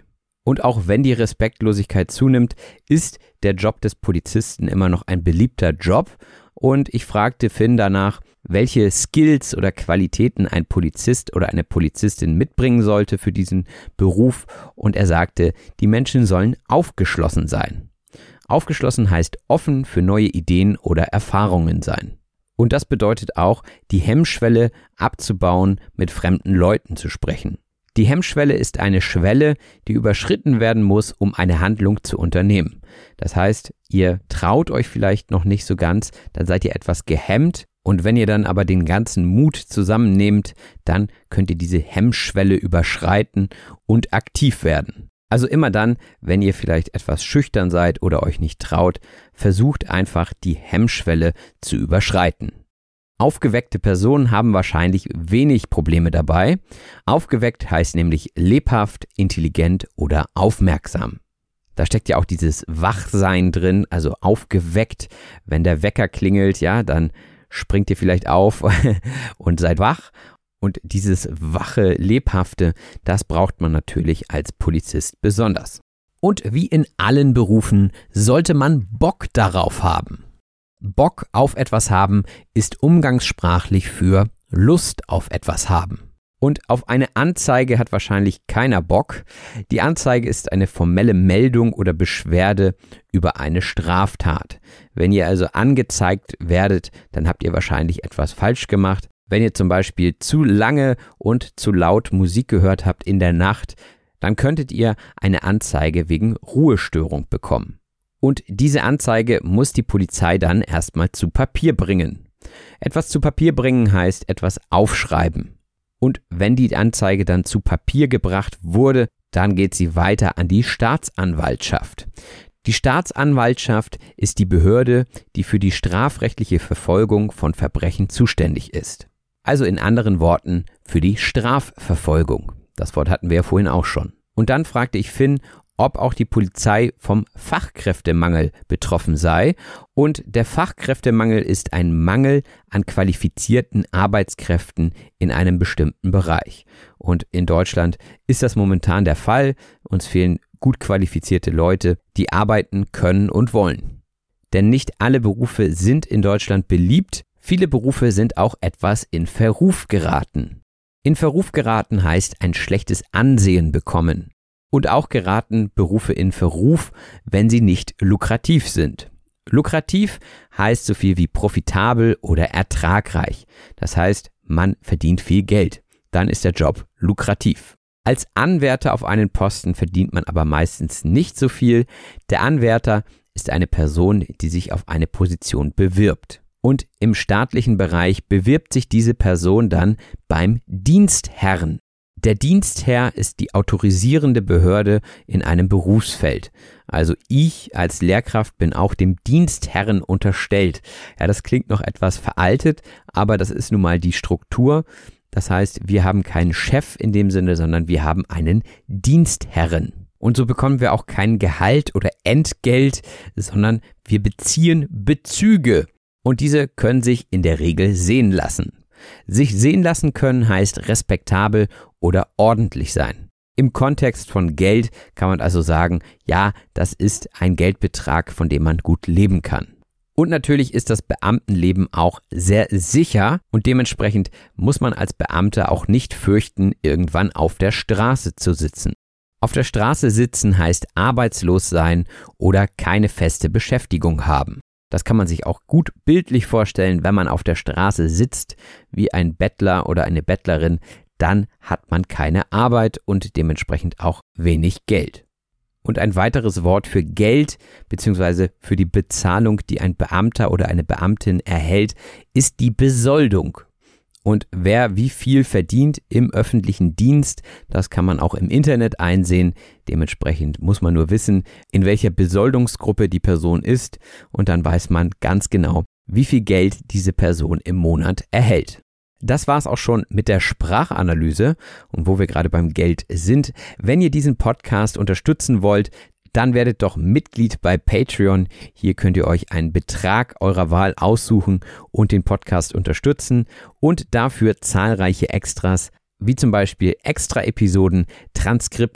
Und auch wenn die Respektlosigkeit zunimmt, ist der Job des Polizisten immer noch ein beliebter Job. Und ich fragte Finn danach, welche Skills oder Qualitäten ein Polizist oder eine Polizistin mitbringen sollte für diesen Beruf. Und er sagte, die Menschen sollen aufgeschlossen sein. Aufgeschlossen heißt offen für neue Ideen oder Erfahrungen sein. Und das bedeutet auch, die Hemmschwelle abzubauen, mit fremden Leuten zu sprechen. Die Hemmschwelle ist eine Schwelle, die überschritten werden muss, um eine Handlung zu unternehmen. Das heißt, ihr traut euch vielleicht noch nicht so ganz, dann seid ihr etwas gehemmt und wenn ihr dann aber den ganzen Mut zusammennehmt, dann könnt ihr diese Hemmschwelle überschreiten und aktiv werden. Also immer dann, wenn ihr vielleicht etwas schüchtern seid oder euch nicht traut, versucht einfach die Hemmschwelle zu überschreiten. Aufgeweckte Personen haben wahrscheinlich wenig Probleme dabei. Aufgeweckt heißt nämlich lebhaft, intelligent oder aufmerksam. Da steckt ja auch dieses Wachsein drin, also aufgeweckt. Wenn der Wecker klingelt, ja, dann springt ihr vielleicht auf und seid wach. Und dieses wache, lebhafte, das braucht man natürlich als Polizist besonders. Und wie in allen Berufen sollte man Bock darauf haben. Bock auf etwas haben ist umgangssprachlich für Lust auf etwas haben. Und auf eine Anzeige hat wahrscheinlich keiner Bock. Die Anzeige ist eine formelle Meldung oder Beschwerde über eine Straftat. Wenn ihr also angezeigt werdet, dann habt ihr wahrscheinlich etwas falsch gemacht. Wenn ihr zum Beispiel zu lange und zu laut Musik gehört habt in der Nacht, dann könntet ihr eine Anzeige wegen Ruhestörung bekommen. Und diese Anzeige muss die Polizei dann erstmal zu Papier bringen. Etwas zu Papier bringen heißt etwas aufschreiben. Und wenn die Anzeige dann zu Papier gebracht wurde, dann geht sie weiter an die Staatsanwaltschaft. Die Staatsanwaltschaft ist die Behörde, die für die strafrechtliche Verfolgung von Verbrechen zuständig ist. Also in anderen Worten für die Strafverfolgung. Das Wort hatten wir ja vorhin auch schon. Und dann fragte ich Finn, ob auch die Polizei vom Fachkräftemangel betroffen sei. Und der Fachkräftemangel ist ein Mangel an qualifizierten Arbeitskräften in einem bestimmten Bereich. Und in Deutschland ist das momentan der Fall. Uns fehlen gut qualifizierte Leute, die arbeiten können und wollen. Denn nicht alle Berufe sind in Deutschland beliebt. Viele Berufe sind auch etwas in Verruf geraten. In Verruf geraten heißt ein schlechtes Ansehen bekommen. Und auch geraten Berufe in Verruf, wenn sie nicht lukrativ sind. Lukrativ heißt so viel wie profitabel oder ertragreich. Das heißt, man verdient viel Geld. Dann ist der Job lukrativ. Als Anwärter auf einen Posten verdient man aber meistens nicht so viel. Der Anwärter ist eine Person, die sich auf eine Position bewirbt. Und im staatlichen Bereich bewirbt sich diese Person dann beim Dienstherrn. Der Dienstherr ist die autorisierende Behörde in einem Berufsfeld. Also ich als Lehrkraft bin auch dem Dienstherren unterstellt. Ja, das klingt noch etwas veraltet, aber das ist nun mal die Struktur. Das heißt, wir haben keinen Chef in dem Sinne, sondern wir haben einen Dienstherren. Und so bekommen wir auch kein Gehalt oder Entgelt, sondern wir beziehen Bezüge. Und diese können sich in der Regel sehen lassen. Sich sehen lassen können heißt respektabel oder ordentlich sein. Im Kontext von Geld kann man also sagen, ja, das ist ein Geldbetrag, von dem man gut leben kann. Und natürlich ist das Beamtenleben auch sehr sicher und dementsprechend muss man als Beamter auch nicht fürchten, irgendwann auf der Straße zu sitzen. Auf der Straße sitzen heißt arbeitslos sein oder keine feste Beschäftigung haben. Das kann man sich auch gut bildlich vorstellen, wenn man auf der Straße sitzt, wie ein Bettler oder eine Bettlerin, dann hat man keine Arbeit und dementsprechend auch wenig Geld. Und ein weiteres Wort für Geld bzw. für die Bezahlung, die ein Beamter oder eine Beamtin erhält, ist die Besoldung. Und wer wie viel verdient im öffentlichen Dienst, das kann man auch im Internet einsehen. Dementsprechend muss man nur wissen, in welcher Besoldungsgruppe die Person ist und dann weiß man ganz genau, wie viel Geld diese Person im Monat erhält. Das war's auch schon mit der Sprachanalyse und wo wir gerade beim Geld sind. Wenn ihr diesen Podcast unterstützen wollt, dann werdet doch Mitglied bei Patreon. Hier könnt ihr euch einen Betrag eurer Wahl aussuchen und den Podcast unterstützen und dafür zahlreiche Extras, wie zum Beispiel Extra-Episoden, Transkripte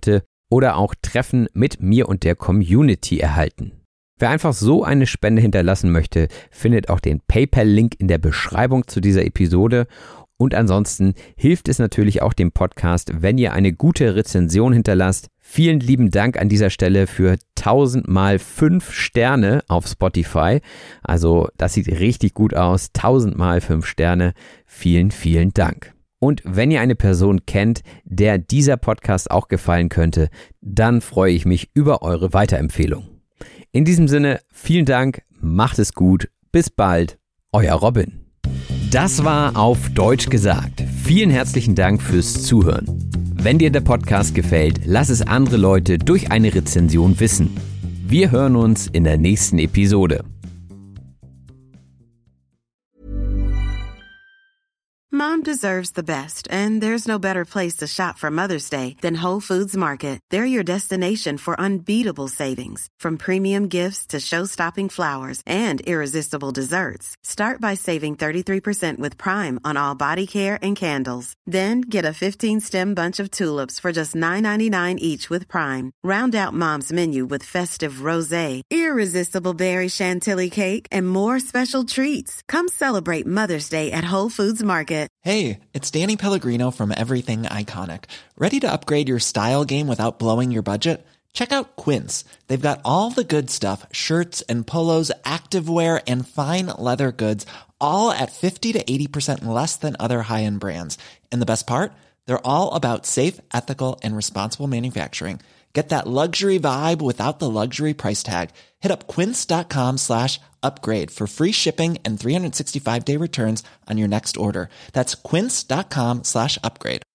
oder auch Treffen mit mir und der Community erhalten. Wer einfach so eine Spende hinterlassen möchte, findet auch den PayPal-Link in der Beschreibung zu dieser Episode. Und ansonsten hilft es natürlich auch dem Podcast, wenn ihr eine gute Rezension hinterlasst. Vielen lieben Dank an dieser Stelle für tausend mal fünf Sterne auf Spotify. Also das sieht richtig gut aus. tausend mal fünf Sterne. Vielen, vielen Dank. Und wenn ihr eine Person kennt, der dieser Podcast auch gefallen könnte, dann freue ich mich über eure Weiterempfehlung. In diesem Sinne, vielen Dank, macht es gut, bis bald, euer Robin. Das war Auf Deutsch gesagt. Vielen herzlichen Dank fürs Zuhören. Wenn dir der Podcast gefällt, lass es andere Leute durch eine Rezension wissen. Wir hören uns in der nächsten Episode. Mom deserves the best, and there's no better place to shop for Mother's Day than Whole Foods Market. They're your destination for unbeatable savings, from premium gifts to show-stopping flowers and irresistible desserts. Start by saving thirty-three percent with Prime on all body care and candles. Then get a fifteen-stem bunch of tulips for just nine ninety-nine each with Prime. Round out Mom's menu with festive rosé, irresistible berry chantilly cake, and more special treats. Come celebrate Mother's Day at Whole Foods Market. Hey, it's Danny Pellegrino from Everything Iconic. Ready to upgrade your style game without blowing your budget? Check out Quince. They've got all the good stuff, shirts and polos, activewear, and fine leather goods, all at fifty to eighty percent less than other high-end brands. And the best part? They're all about safe, ethical, and responsible manufacturing. Get that luxury vibe without the luxury price tag. Hit up quince.com slash upgrade for free shipping and three sixty-five day returns on your next order. That's quince.com slash upgrade.